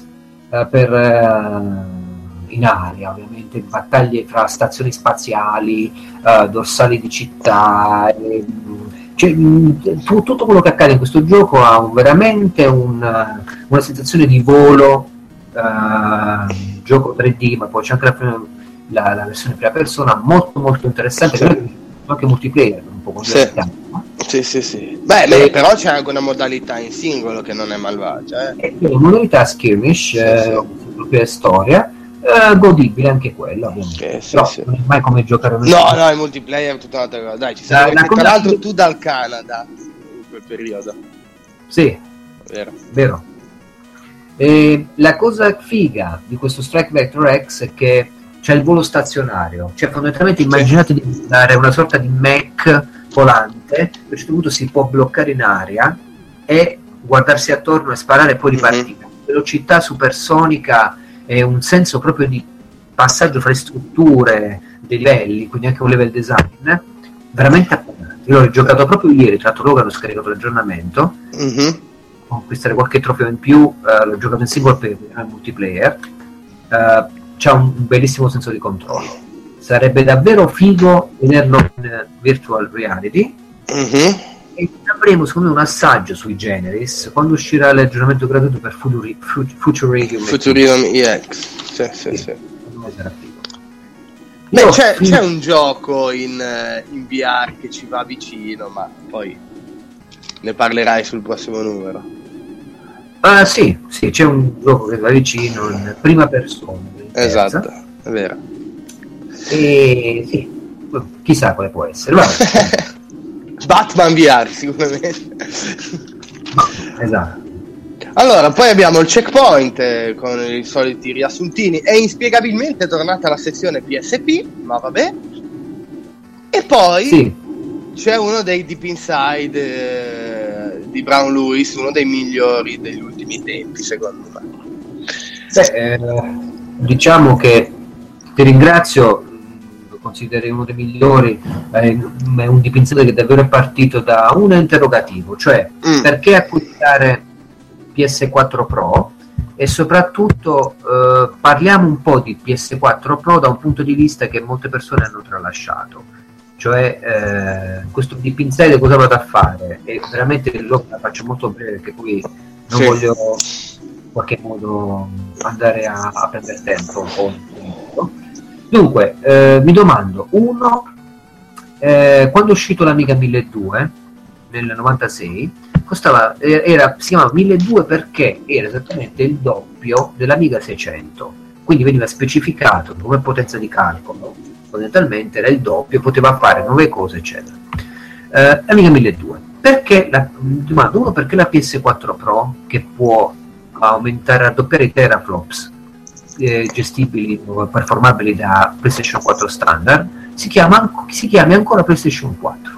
in aria, ovviamente battaglie fra stazioni spaziali, dorsali di città, tutto quello che accade in questo gioco ha veramente una sensazione di volo, gioco 3D, ma poi c'è anche la versione prima persona molto molto interessante, anche multiplayer un po' sì. Beh, però c'è anche una modalità in singolo che non è malvagia. Una modalità skirmish, propria storia, godibile anche quella, ovviamente. Però non è mai come giocare no, il multiplayer è tutta un'altra cosa. Dai, ci sei tra l'altro tu dal Canada in quel periodo. Sì, vero. La cosa figa di questo Strike Vector X è che c'è il volo stazionario, cioè fondamentalmente immaginate di dare una sorta di mech volante, a un certo punto si può bloccare in aria e guardarsi attorno e sparare e poi ripartire. Velocità supersonica e un senso proprio di passaggio fra le strutture dei livelli, quindi anche un level design veramente appagante. Io l'ho giocato proprio ieri, tra l'altro loro hanno scaricato l'aggiornamento, conquistare qualche trofeo in più, l'ho giocato in single player, in multiplayer, c'ha un bellissimo senso di controllo. Sarebbe davvero figo vederlo in virtual reality. E avremo secondo me un assaggio sui generis quando uscirà l'aggiornamento gratuito per Futurium EX. Sì. Beh, c'è un gioco in VR che ci va vicino, ma poi ne parlerai sul prossimo numero. Sì, c'è un gioco che va vicino in prima persona. Esatto, è vero. E sì, chissà quale può essere. Batman VR sicuramente. Esatto. Allora, poi abbiamo il checkpoint con i soliti riassuntini. È inspiegabilmente tornata la sezione PSP, ma vabbè. E poi c'è uno dei Deep Inside di Brown Lewis, uno dei migliori degli ultimi tempi, secondo me. Diciamo che ti ringrazio, lo consideri uno dei migliori, è un dipinzatore che davvero è partito da un interrogativo, cioè perché acquistare PS4 Pro, e soprattutto parliamo un po' di PS4 Pro da un punto di vista che molte persone hanno tralasciato, cioè questo dipinzatore cosa vado a fare, e veramente la faccio molto breve perché poi non voglio in qualche modo andare a prendere tempo un po'. Dunque, mi domando, quando è uscito l'Amiga 1200 nel 96 si chiamava 1200 perché era esattamente il doppio dell'Amiga 600, quindi veniva specificato come potenza di calcolo, fondamentalmente era il doppio, poteva fare nuove cose eccetera. Amiga 1200, perché domando uno, perché la PS4 Pro che può aumentare, raddoppiare i teraflops, gestibili o performabili da PlayStation 4 standard, si chiami ancora PlayStation 4,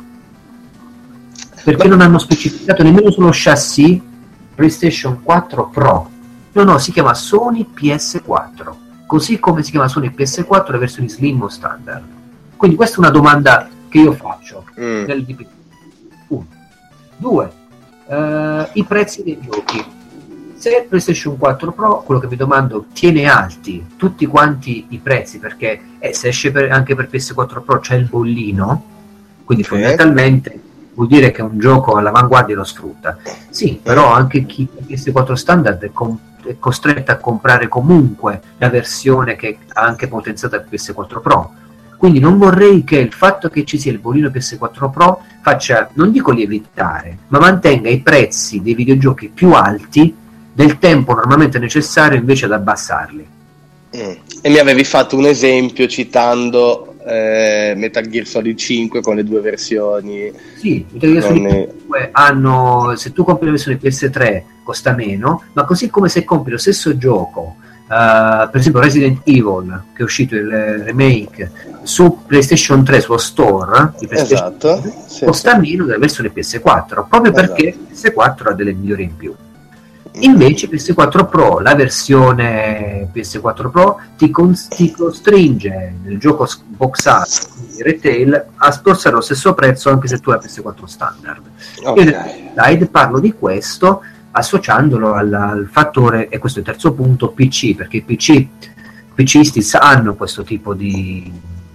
perché non hanno specificato nemmeno sullo chassis PlayStation 4 Pro. No, si chiama Sony PS4, così come si chiama Sony PS4 le versioni slim o standard. Quindi questa è una domanda che io faccio nel DP. 1. 2. I prezzi dei giochi. Se il PlayStation 4 Pro, quello che mi domando, tiene alti tutti quanti i prezzi, perché se esce anche per PS4 Pro c'è il bollino, quindi fondamentalmente vuol dire che un gioco all'avanguardia lo sfrutta. Sì, però anche chi PS4 standard è costretto a comprare comunque la versione che ha anche potenziata il PS4 Pro. Quindi non vorrei che il fatto che ci sia il bollino PS4 Pro faccia, non dico lievitare, ma mantenga i prezzi dei videogiochi più alti del tempo normalmente necessario invece ad abbassarli. E mi avevi fatto un esempio citando Metal Gear Solid 5 con le due versioni. Sì, Metal Gear Solid 5 hanno, se tu compri la versione PS3 costa meno, ma così come se compri lo stesso gioco, per esempio Resident Evil, che è uscito il remake su PlayStation 3 sullo store di PlayStation 3, costa meno della versione PS4, proprio perché PS4 ha delle migliori in più. Invece PS4 Pro, la versione PS4 Pro ti costringe nel gioco boxato, quindi retail, a spostare lo stesso prezzo anche se tu hai PS4 standard. Io nel slide parlo di questo associandolo al fattore, e questo è il terzo punto, PC, perché i PCisti hanno questo tipo di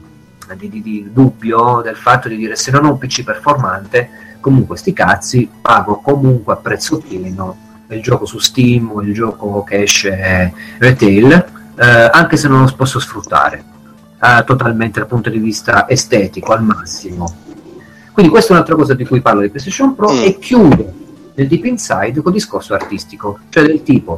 dubbio del fatto di dire: se non ho un PC performante, comunque sti cazzi, pago comunque a prezzo pieno il gioco su Steam o il gioco che esce retail, anche se non lo posso sfruttare totalmente dal punto di vista estetico al massimo. Quindi questa è un'altra cosa di cui parlo di PlayStation Pro, e chiudo nel Deep Inside col discorso artistico, cioè del tipo: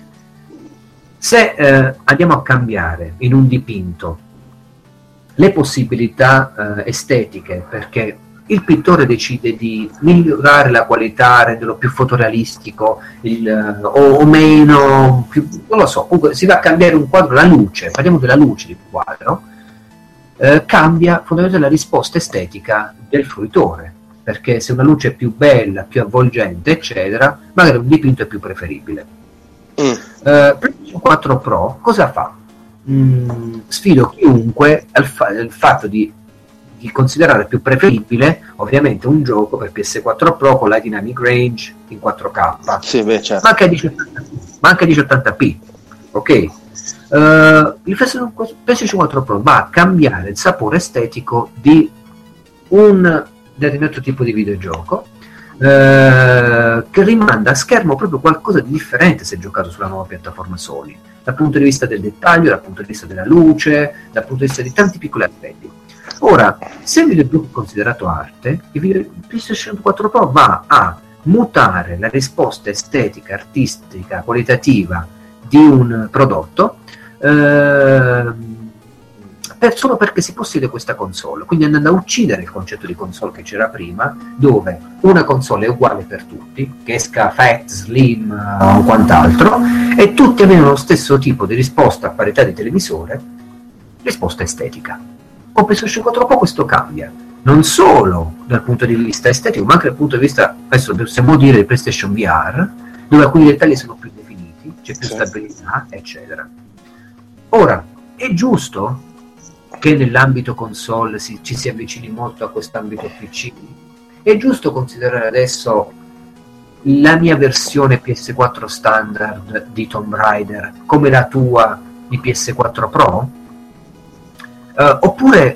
se andiamo a cambiare in un dipinto le possibilità estetiche, perché il pittore decide di migliorare la qualità, renderlo più fotorealistico o meno, non lo so, comunque si va a cambiare un quadro, la luce, parliamo della luce del quadro, cambia fondamentalmente la risposta estetica del fruitore, perché se una luce è più bella, più avvolgente, eccetera, magari un dipinto è più preferibile. PlayStation 4 Pro cosa fa? Sfido chiunque al fatto di considerare più preferibile ovviamente un gioco per PS4 Pro con la dynamic range in 4K, certo. ma anche a 1080p, ok? Il PlayStation 4 Pro va a cambiare il sapore estetico di un determinato tipo di videogioco, che rimanda a schermo proprio qualcosa di differente se giocato sulla nuova piattaforma Sony, dal punto di vista del dettaglio, dal punto di vista della luce, dal punto di vista di tanti piccoli aspetti. Ora, se il videogioco è considerato arte, il PlayStation 4 Pro va a mutare la risposta estetica, artistica, qualitativa di un prodotto solo perché si possiede questa console, quindi andando a uccidere il concetto di console che c'era prima, dove una console è uguale per tutti, che esca fat, slim o quant'altro, e tutti avevano lo stesso tipo di risposta a parità di televisore, risposta estetica. Con PlayStation 4 Pro questo cambia, non solo dal punto di vista estetico, ma anche dal punto di vista, adesso possiamo dire, di PlayStation VR, dove alcuni dettagli sono più definiti, c'è più stabilità, eccetera. Ora, è giusto che nell'ambito console ci si avvicini molto a quest'ambito PC? È giusto considerare adesso la mia versione PS4 standard di Tomb Raider come la tua di PS4 Pro? Oppure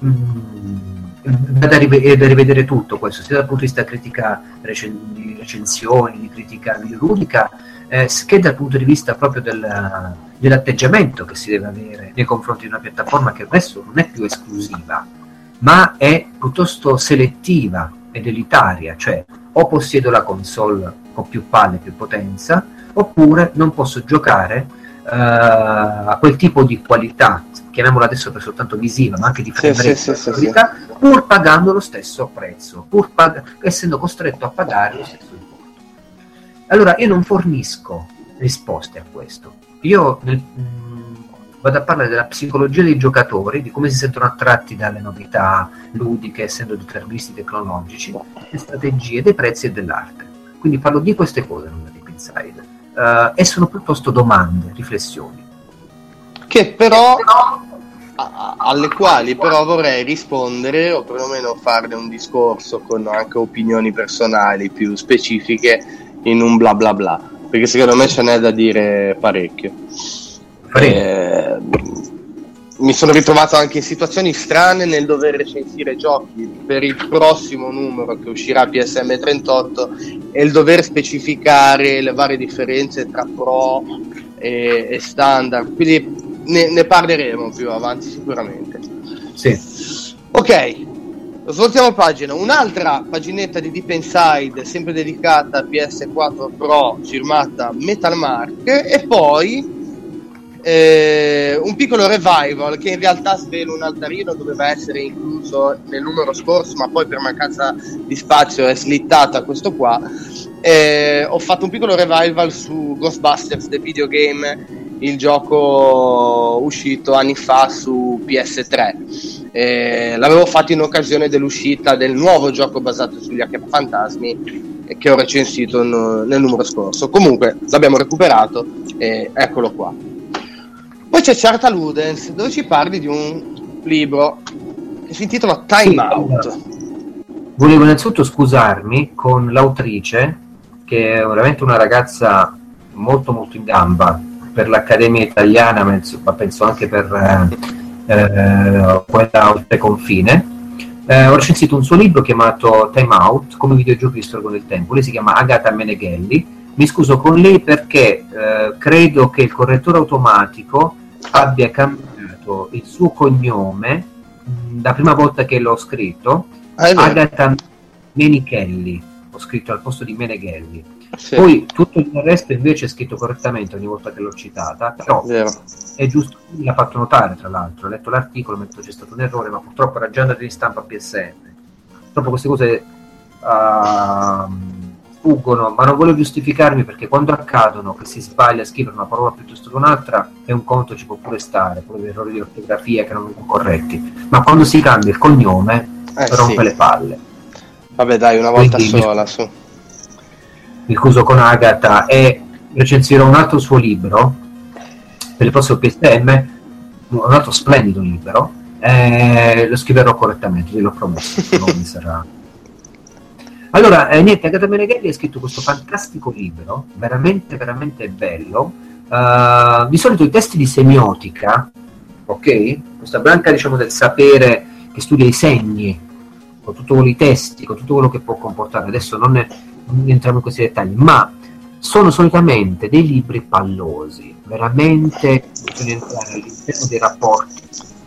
da rivedere tutto questo, sia dal punto di vista critica di recensioni, di critica videoludica, che dal punto di vista proprio dell'atteggiamento che si deve avere nei confronti di una piattaforma che adesso non è più esclusiva, ma è piuttosto selettiva ed elitaria, cioè o possiedo la console con più palle, più potenza, oppure non posso giocare a quel tipo di qualità, chiamiamola adesso per soltanto visiva, ma anche di frame rate, pur pagando lo stesso prezzo, essendo costretto a pagare lo stesso importo. Allora io non fornisco risposte a questo. Io vado a parlare della psicologia dei giocatori, di come si sentono attratti dalle novità ludiche, essendo deterministi tecnologici, le strategie dei prezzi e dell'arte. Quindi parlo di queste cose nella Deep Inside, e sono piuttosto domande, riflessioni. Che però alle quali però vorrei rispondere, o perlomeno farne un discorso con anche opinioni personali più specifiche in un bla bla bla, perché secondo me ce n'è da dire parecchio. Mi sono ritrovato anche in situazioni strane nel dover recensire giochi per il prossimo numero che uscirà PSM 38 e il dover specificare le varie differenze tra pro e standard, quindi ne parleremo più avanti sicuramente. Sì. Ok, svoltiamo pagina. Un'altra paginetta di Deep Inside sempre dedicata a PS4 Pro firmata Metal Mark, e poi un piccolo revival che in realtà, svelo un altarino, doveva essere incluso nel numero scorso, ma poi per mancanza di spazio è slittata questo qua. Ho fatto un piccolo revival su Ghostbusters The Video Game, il gioco uscito anni fa su PS3. L'avevo fatto in occasione dell'uscita del nuovo gioco basato sugli acchiappafantasmi che ho recensito nel numero scorso. Comunque l'abbiamo recuperato e eccolo qua. Poi c'è Charta Ludens, dove ci parli di un libro che si intitola Time Out. Volevo innanzitutto scusarmi con l'autrice, che è veramente una ragazza molto molto in gamba per l'Accademia Italiana, ma penso anche per quella oltre confine. Ho recensito un suo libro chiamato Time Out, come i videogiochi distruggono il tempo. Lei si chiama Agata Meneghelli. Mi scuso con lei perché credo che il correttore automatico abbia cambiato il suo cognome la prima volta che l'ho scritto. Agata Menichelli, ho scritto al posto di Meneghelli. Sì. Poi tutto il resto invece è scritto correttamente ogni volta che l'ho citata, però è giusto, l'ha fatto notare, tra l'altro ho letto l'articolo, mi ha detto c'è stato un errore, ma purtroppo era già andato in stampa PSM. Purtroppo queste cose sfuggono, ma non voglio giustificarmi, perché quando accadono che si sbaglia a scrivere una parola piuttosto che un'altra, è un conto, ci può pure stare, pure degli errori di ortografia che non sono corretti, ma quando si cambia il cognome rompe le palle. Vabbè dai, una volta sola, su. Mi scuso con Agata e recensirò un altro suo libro per il prossimo PSM, un altro splendido libro, lo scriverò correttamente, ve l'ho promesso. Non mi sarà. Allora, niente, Agata Meneghelli ha scritto questo fantastico libro, veramente veramente bello. Di solito i testi di semiotica, ok? Questa branca, diciamo, del sapere che studia i segni, con tutti i testi, con tutto quello che può comportare. Adesso non entriamo in questi dettagli, ma sono solitamente dei libri pallosi, veramente bisogna entrare all'interno dei rapporti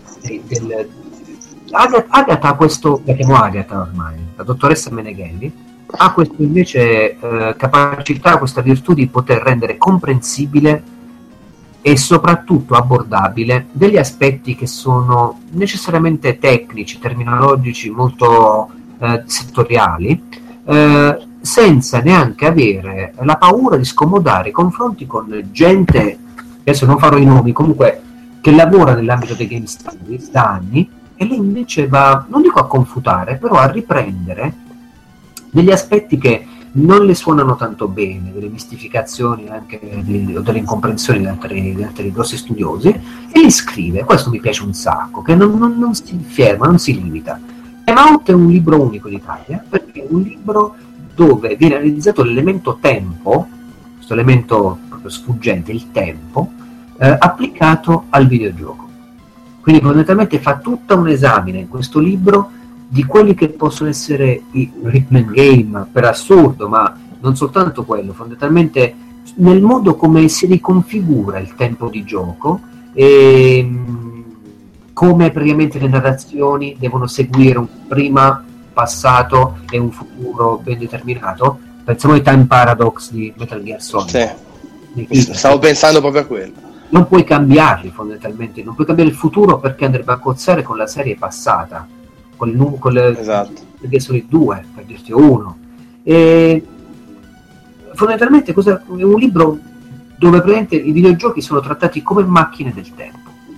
Agata ha questo, la chiamo Agata ormai, la dottoressa Meneghelli ha questo invece capacità, questa virtù di poter rendere comprensibile e soprattutto abbordabile degli aspetti che sono necessariamente tecnici, terminologici, molto settoriali, senza neanche avere la paura di scomodare i confronti con gente, adesso non farò i nomi, comunque che lavora nell'ambito dei game studies da anni, e lei invece va, non dico a confutare, però a riprendere degli aspetti che non le suonano tanto bene, delle mistificazioni anche o delle incomprensioni di altri grossi studiosi, e li scrive. Questo mi piace un sacco, che non si ferma, non si limita. Time Out è un libro unico in Italia, perché è un libro dove viene analizzato l'elemento tempo, questo elemento proprio sfuggente, il tempo, applicato al videogioco. Quindi fondamentalmente fa tutta un esame in questo libro di quelli che possono essere i rhythm and game, per assurdo, ma non soltanto quello, fondamentalmente nel modo come si riconfigura il tempo di gioco e come praticamente le narrazioni devono seguire un prima, passato e un futuro ben determinato. Pensiamo ai time paradox di Metal Gear Solid. Sì. Stavo pensando proprio a quello. Non puoi cambiarli fondamentalmente, non puoi cambiare il futuro perché andrebbe a cozzare con la serie passata, esatto. Perché sono i due, per dirti uno. E fondamentalmente è un libro dove praticamente i videogiochi sono trattati come macchine del tempo.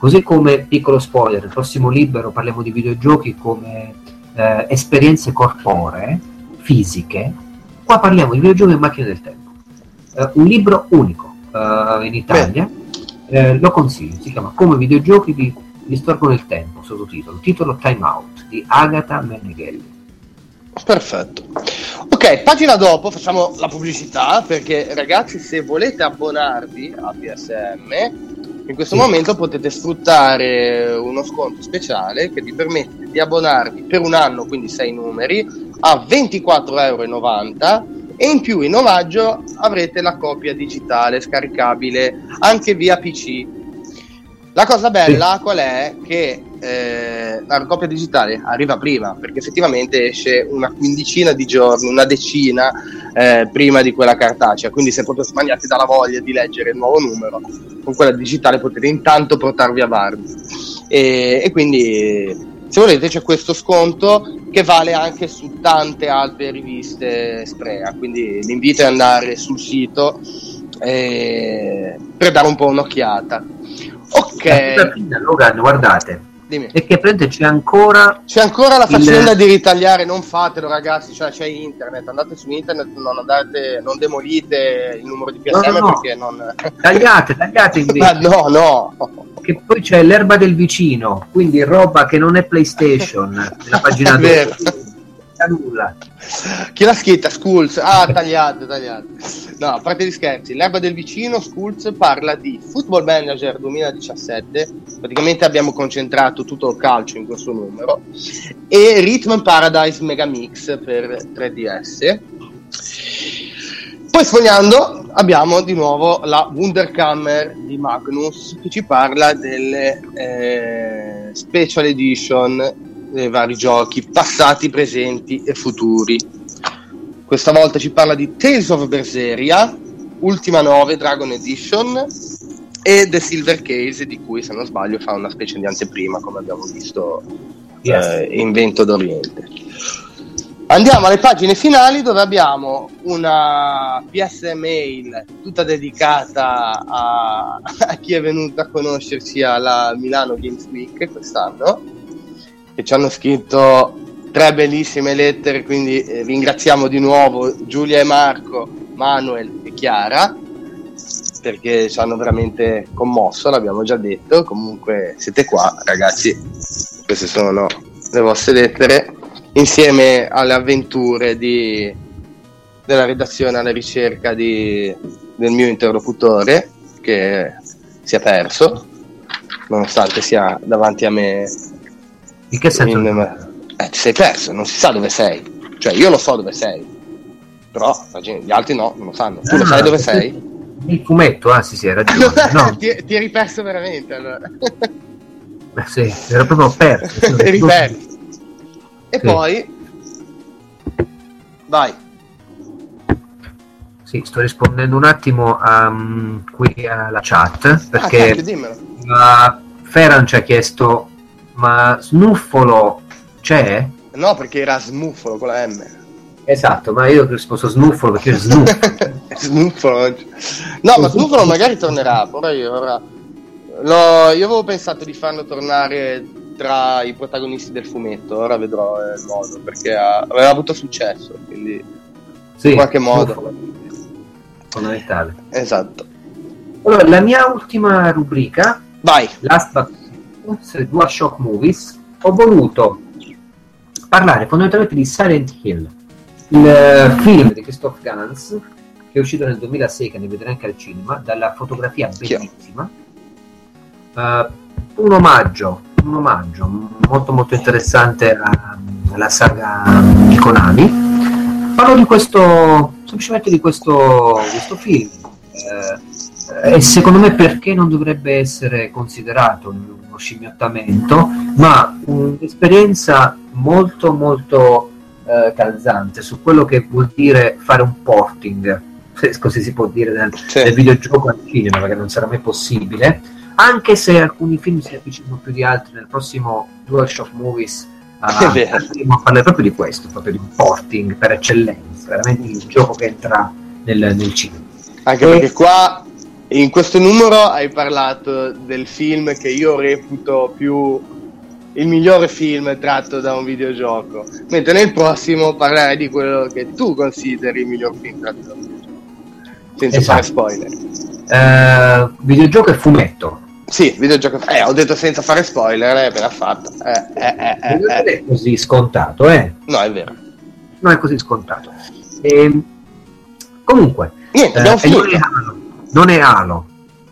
Così come, piccolo spoiler, nel prossimo libro parliamo di videogiochi come esperienze corporee, fisiche. Qua parliamo di videogiochi e macchine del tempo. Un libro unico in Italia, lo consiglio, si chiama Come videogiochi distorcono il tempo, sottotitolo, titolo Time Out, di Agatha Meneghelli. Perfetto. Ok, pagina dopo facciamo la pubblicità, perché ragazzi, se volete abbonarvi a PSM in questo momento potete sfruttare uno sconto speciale che vi permette di abbonarvi per un anno, quindi 6 numeri, a €24,90 e in più in omaggio avrete la copia digitale scaricabile anche via PC. La cosa bella qual è? Che la copia digitale arriva prima, perché effettivamente esce una quindicina di giorni, una decina prima di quella cartacea, quindi se proprio smaniati dalla voglia di leggere il nuovo numero, con quella digitale potete intanto portarvi a Barbie. E quindi se volete c'è questo sconto che vale anche su tante altre riviste Sprea, quindi l'invito è andare sul sito per dare un po' un'occhiata. Ok, Logan, guardate, dimmi. e che prende c'è ancora la faccenda di ritagliare, non fatelo ragazzi, cioè c'è internet, andate su internet, non demolite il numero di PSM, no. perché non tagliate invece. no Che poi c'è l'erba del vicino, quindi roba che non è PlayStation nella pagina È vero. nulla. Chi l'ha scritta? Schools. Tagliate. No, a parte gli scherzi, l'erba del vicino, Schools, parla di Football Manager 2017. Praticamente abbiamo concentrato tutto il calcio in questo numero. E Rhythm Paradise Megamix per 3DS. Poi sfogliando abbiamo di nuovo la Wunderkammer di Magnus, che ci parla delle special edition dei vari giochi passati, presenti e futuri. Questa volta ci parla di Tales of Berseria, Ultima 9 Dragon Edition e The Silver Case, di cui se non sbaglio fa una specie di anteprima, come abbiamo visto in Vento d'Oriente. Andiamo alle pagine finali, dove abbiamo una PS Mail tutta dedicata a chi è venuto a conoscerci alla Milano Games Week quest'anno, che ci hanno scritto 3 bellissime lettere, quindi ringraziamo di nuovo Giulia e Marco, Manuel e Chiara, perché ci hanno veramente commosso, l'abbiamo già detto. Comunque siete qua ragazzi, queste sono le vostre lettere, insieme alle avventure della redazione alla ricerca del mio interlocutore, che si è perso nonostante sia davanti a me. In che senso? Ti sei perso, non si sa dove sei. Cioè io lo so dove sei, però gli altri non lo sanno. Tu lo sai dove sei? Il fumetto, sì, hai ragione. No. ti eri perso veramente allora. Sì, ero proprio perso. Eri perso. E sì. Poi vai. Sì, sto rispondendo un attimo qui alla chat, perché Ferran ci ha chiesto: ma Snuffolo c'è? No, perché era Smuffolo con la M. Esatto, ma io ho risposto Snuffolo perché io Snuffolo. Snuffolo. No, ma Snuffolo magari tornerà. Io avevo pensato di farlo tornare tra i protagonisti del fumetto. Ora vedrò il modo, perché aveva avuto successo, quindi sì, in qualche modo fondamentale. Esatto. Allora, la mia ultima rubrica, vai. Last but not least, DualShock Movies. Ho voluto parlare fondamentalmente di Silent Hill, il film di Christoph Gans, che è uscito nel 2006, che ne vedrà anche al cinema, dalla fotografia bellissima, un omaggio molto molto interessante alla saga di Konami. Parlo di semplicemente di questo film, e secondo me perché non dovrebbe essere considerato uno scimmiottamento, ma un'esperienza molto molto calzante su quello che vuol dire fare un porting, se così si può dire, del videogioco al cinema, perché non sarà mai possibile, anche se alcuni film si avvicinano più di altri. Nel prossimo DualShock Movies andremo a parlare proprio di questo, proprio di un porting per eccellenza, veramente il gioco che entra nel cinema. Anche perché qua In questo numero hai parlato del film che io reputo più il migliore film tratto da un videogioco, mentre nel prossimo parlerai di quello che tu consideri il miglior film tratto da un videogioco, senza fare spoiler. Videogioco e fumetto. Sì, videogioco. Ho detto senza fare spoiler, è appena fatto. Non è così scontato, No, è vero. Non è così scontato. Comunque, niente, abbiamo finito. Non è Halo.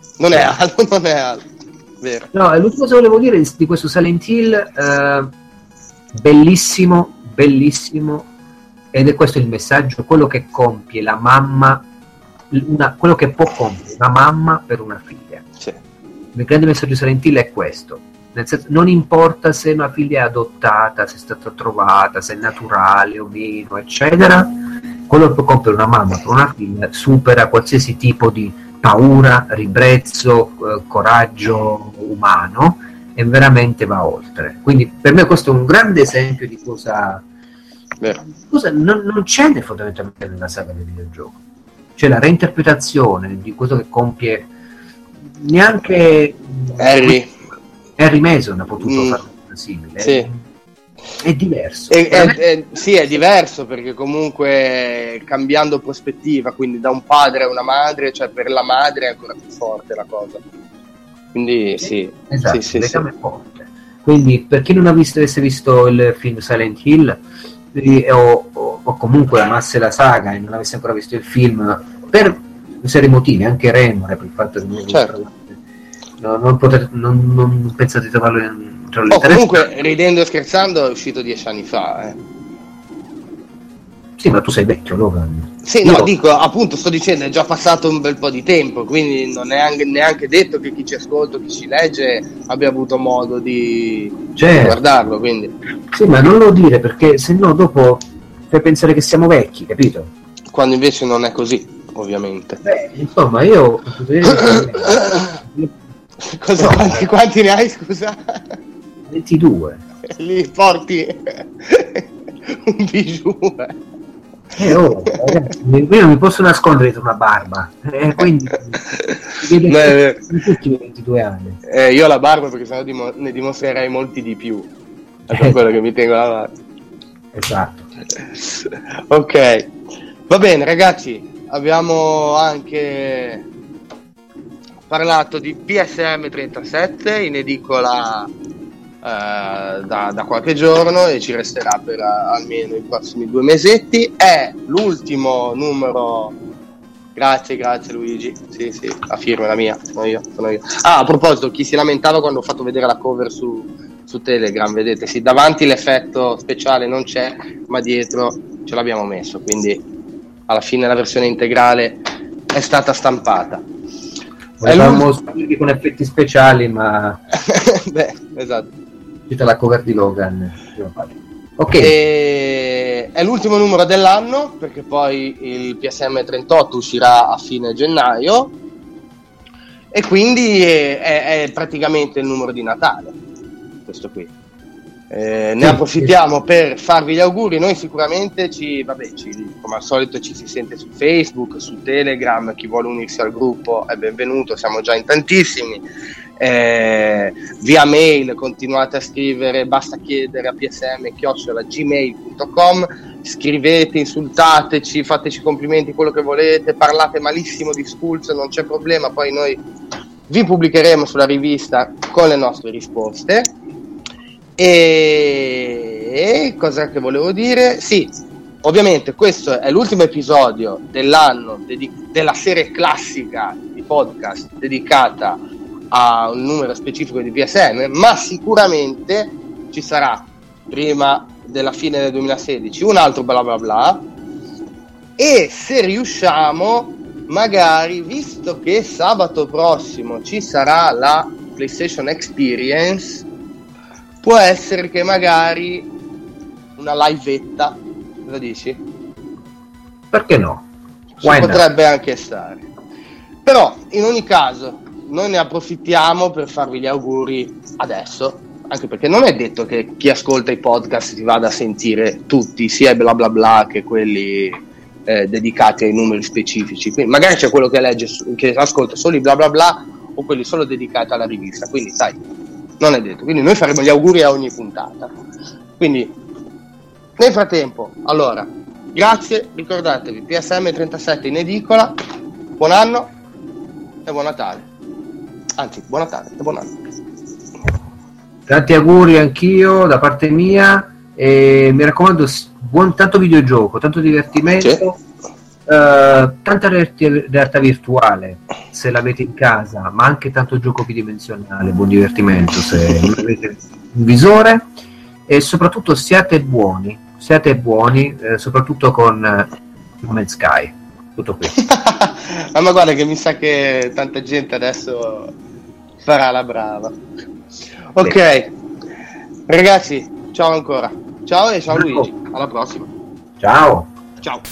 Vero. No, l'ultima cosa che volevo dire di questo Silent Hill, bellissimo, ed è questo il messaggio, quello che compie la mamma, quello che può compiere una mamma per una figlia. Sì. Il grande messaggio di Silent Hill è questo, nel senso, non importa se una figlia è adottata, se è stata trovata, se è naturale o meno, eccetera, quello che può compiere una mamma per una figlia supera qualsiasi tipo di paura, ribrezzo, coraggio umano, e veramente va oltre. Quindi per me questo è un grande esempio di cosa non c'è fondamentalmente nella saga del videogioco. C'è la reinterpretazione di quello che compie, neanche Harry Mason ha potuto fare una simile. Sì. È diverso. Sì, è diverso, perché comunque cambiando prospettiva, quindi da un padre a una madre, cioè per la madre è ancora più forte la cosa. Quindi sì. Esatto, sì, legame forte. Quindi per chi non avesse visto il film Silent Hill o comunque amasse la saga e non avesse ancora visto il film, per serie motivi, anche Remore, per il fatto che non pensate di trovarlo comunque, ridendo e scherzando, è uscito 10 anni fa. Sì, ma tu sei vecchio, Logan. Sì, no, dico, appunto, sto dicendo, è già passato un bel po' di tempo, quindi non è neanche detto che chi ci ascolta, chi ci legge abbia avuto modo di guardarlo, quindi. Sì, ma non lo dire, perché se no dopo fai pensare che siamo vecchi, capito? Quando invece non è così, ovviamente. Insomma, io quanti ne hai, scusa? 22. Li porti un bijou. Ragazzi, io non mi posso nascondere dietro una barba, quindi tutti i 22 anni. Io ho la barba perché sennò ne dimostrerei molti di più. È per quello che mi tengo la barba. Esatto. Ok, va bene ragazzi, abbiamo anche parlato di PSM 37 in edicola da qualche giorno e ci resterà per almeno i prossimi 2 mesetti. È l'ultimo numero. Grazie Luigi. Sì, la firma è la mia, sono io. A proposito, chi si lamentava quando ho fatto vedere la cover su Telegram, vedete, sì, davanti l'effetto speciale non c'è, ma dietro ce l'abbiamo messo, quindi alla fine la versione integrale è stata stampata. Volevamo spiriti con effetti speciali, ma esatto. Cita la cover di Logan. Ok. È l'ultimo numero dell'anno, perché poi il PSM 38 uscirà a fine gennaio e quindi è praticamente il numero di Natale, questo qui. Ne approfittiamo per farvi gli auguri. Noi sicuramente come al solito ci si sente su Facebook, su Telegram. Chi vuole unirsi al gruppo è benvenuto, siamo già in tantissimi. Via mail continuate a scrivere, basta chiedere a psm@gmail.com. scrivete, insultateci, fateci complimenti, quello che volete, parlate malissimo di Skulls, non c'è problema, poi noi vi pubblicheremo sulla rivista con le nostre risposte. E cosa che volevo dire? Sì, ovviamente questo è l'ultimo episodio dell'anno della serie classica di podcast dedicata a un numero specifico di PSM, ma sicuramente ci sarà prima della fine del 2016 un altro bla bla bla, e se riusciamo, magari, visto che sabato prossimo ci sarà la PlayStation Experience, può essere che magari una livetta, cosa dici? Perché no? Potrebbe anche stare. Però in ogni caso noi ne approfittiamo per farvi gli auguri adesso, anche perché non è detto che chi ascolta i podcast si vada a sentire tutti, sia i bla bla bla che quelli dedicati ai numeri specifici, quindi magari c'è quello che legge, che ascolta solo i bla bla bla, o quelli solo dedicati alla rivista, quindi sai, non è detto. Quindi noi faremo gli auguri a ogni puntata. Quindi nel frattempo, allora, grazie, ricordatevi PSM 37 in edicola, buon anno e buon Natale, anzi buon Natale e buon anno. Tanti auguri anch'io da parte mia, e mi raccomando, buon tanto videogioco, tanto divertimento, Sì. Tanta realtà virtuale se l'avete in casa, ma anche tanto gioco bidimensionale, buon divertimento se non avete un visore, e soprattutto siate buoni, soprattutto con No Man's Sky. Tutto qui. Ma guarda che mi sa che tanta gente adesso farà la brava. Ok, ragazzi, ciao ancora, ciao e ciao Luigi, alla prossima. Ciao. Ciao.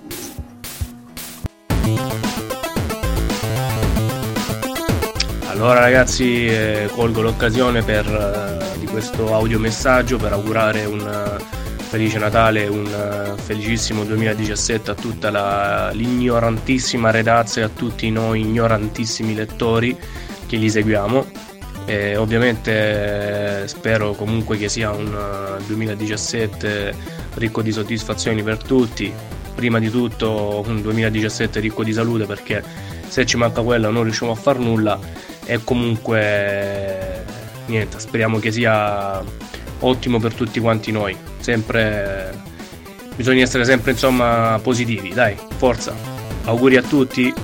Allora ragazzi, colgo l'occasione di questo audiomessaggio per augurare un felice Natale, un felicissimo 2017 a tutta l'ignorantissima redazza e a tutti noi ignorantissimi lettori che li seguiamo. Ovviamente spero comunque che sia un 2017 ricco di soddisfazioni per tutti, prima di tutto un 2017 ricco di salute, perché se ci manca quella non riusciamo a far nulla. E comunque niente, speriamo che sia ottimo per tutti quanti noi. Bisogna essere sempre insomma positivi, dai, forza, auguri a tutti.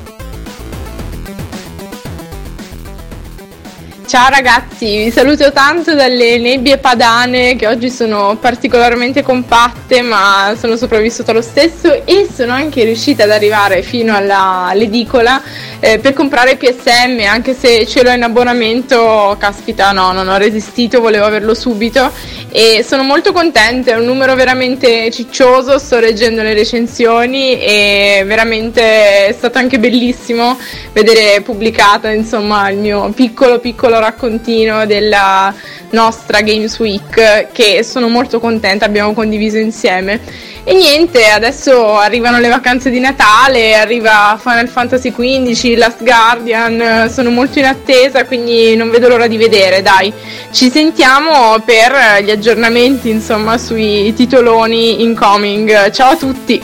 Ciao ragazzi, vi saluto tanto dalle nebbie padane che oggi sono particolarmente compatte, ma sono sopravvissuta lo stesso, e sono anche riuscita ad arrivare fino all'edicola per comprare PSM, anche se ce l'ho in abbonamento. Caspita, no, non ho resistito, volevo averlo subito e sono molto contenta, è un numero veramente ciccioso, sto leggendo le recensioni e veramente è stato anche bellissimo vedere pubblicata insomma il mio piccolo raccontino della nostra Games Week, che sono molto contenta, abbiamo condiviso insieme. E niente, adesso arrivano le vacanze di Natale, arriva Final Fantasy XV, Last Guardian, sono molto in attesa, quindi non vedo l'ora di vedere, dai. Ci sentiamo per gli aggiornamenti insomma sui titoloni incoming. Ciao a tutti!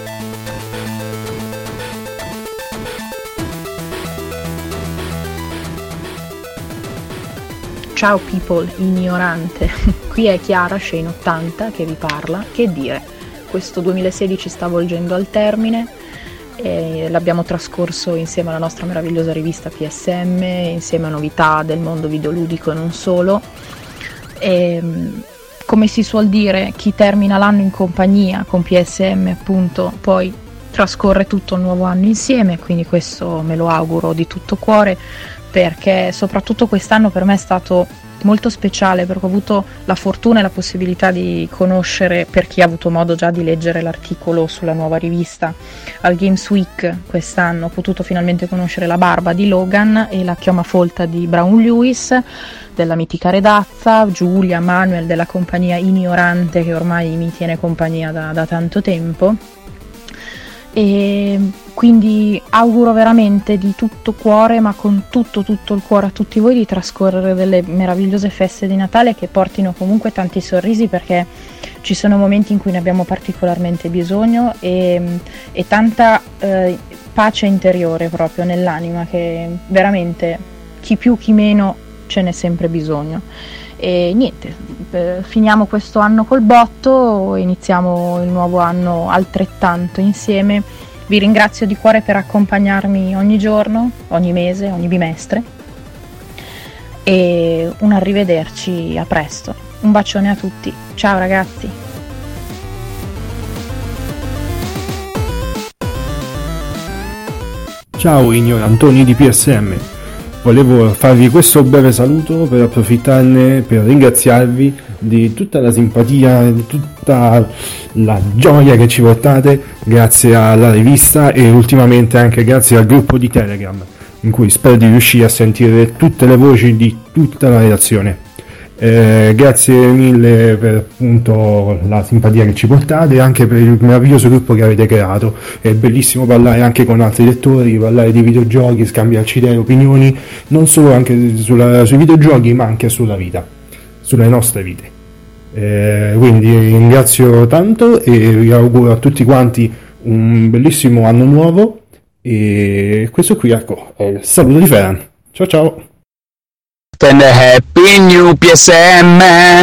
Ciao people ignorante, qui è Chiara Shane80 che vi parla. Che dire, questo 2016 sta volgendo al termine e l'abbiamo trascorso insieme alla nostra meravigliosa rivista PSM, insieme a novità del mondo videoludico e non solo. E, come si suol dire, chi termina l'anno in compagnia con PSM appunto poi trascorre tutto il nuovo anno insieme, quindi questo me lo auguro di tutto cuore, perché soprattutto quest'anno per me è stato molto speciale, perché ho avuto la fortuna e la possibilità di conoscere, per chi ha avuto modo già di leggere l'articolo sulla nuova rivista, al Games Week quest'anno ho potuto finalmente conoscere la barba di Logan e la chioma folta di Brown Lewis, della mitica redazza, Giulia, Manuel della compagnia Ignorante, che ormai mi tiene compagnia da tanto tempo. E quindi auguro veramente di tutto cuore, ma con tutto il cuore a tutti voi, di trascorrere delle meravigliose feste di Natale che portino comunque tanti sorrisi, perché ci sono momenti in cui ne abbiamo particolarmente bisogno, e tanta pace interiore proprio nell'anima, che veramente chi più chi meno ce n'è sempre bisogno. E niente, finiamo questo anno col botto, iniziamo il nuovo anno altrettanto insieme. Vi ringrazio di cuore per accompagnarmi ogni giorno, ogni mese, ogni bimestre, e un arrivederci a presto. Un bacione a tutti, ciao ragazzi. Ciao ignorantoni di PSM. Volevo farvi questo breve saluto per approfittarne per ringraziarvi di tutta la simpatia, di tutta la gioia che ci portate grazie alla rivista e ultimamente anche grazie al gruppo di Telegram, in cui spero di riuscire a sentire tutte le voci di tutta la redazione. Grazie mille per appunto la simpatia che ci portate e anche per il meraviglioso gruppo che avete creato. È bellissimo parlare anche con altri lettori, parlare di videogiochi, scambiarci idee, opinioni, non solo anche sui videogiochi ma anche sulla vita, sulle nostre vite. Quindi ringrazio tanto e vi auguro a tutti quanti un bellissimo anno nuovo, e questo qui, ecco, è il saluto di Ferran. Ciao ciao. And a happy new PSM.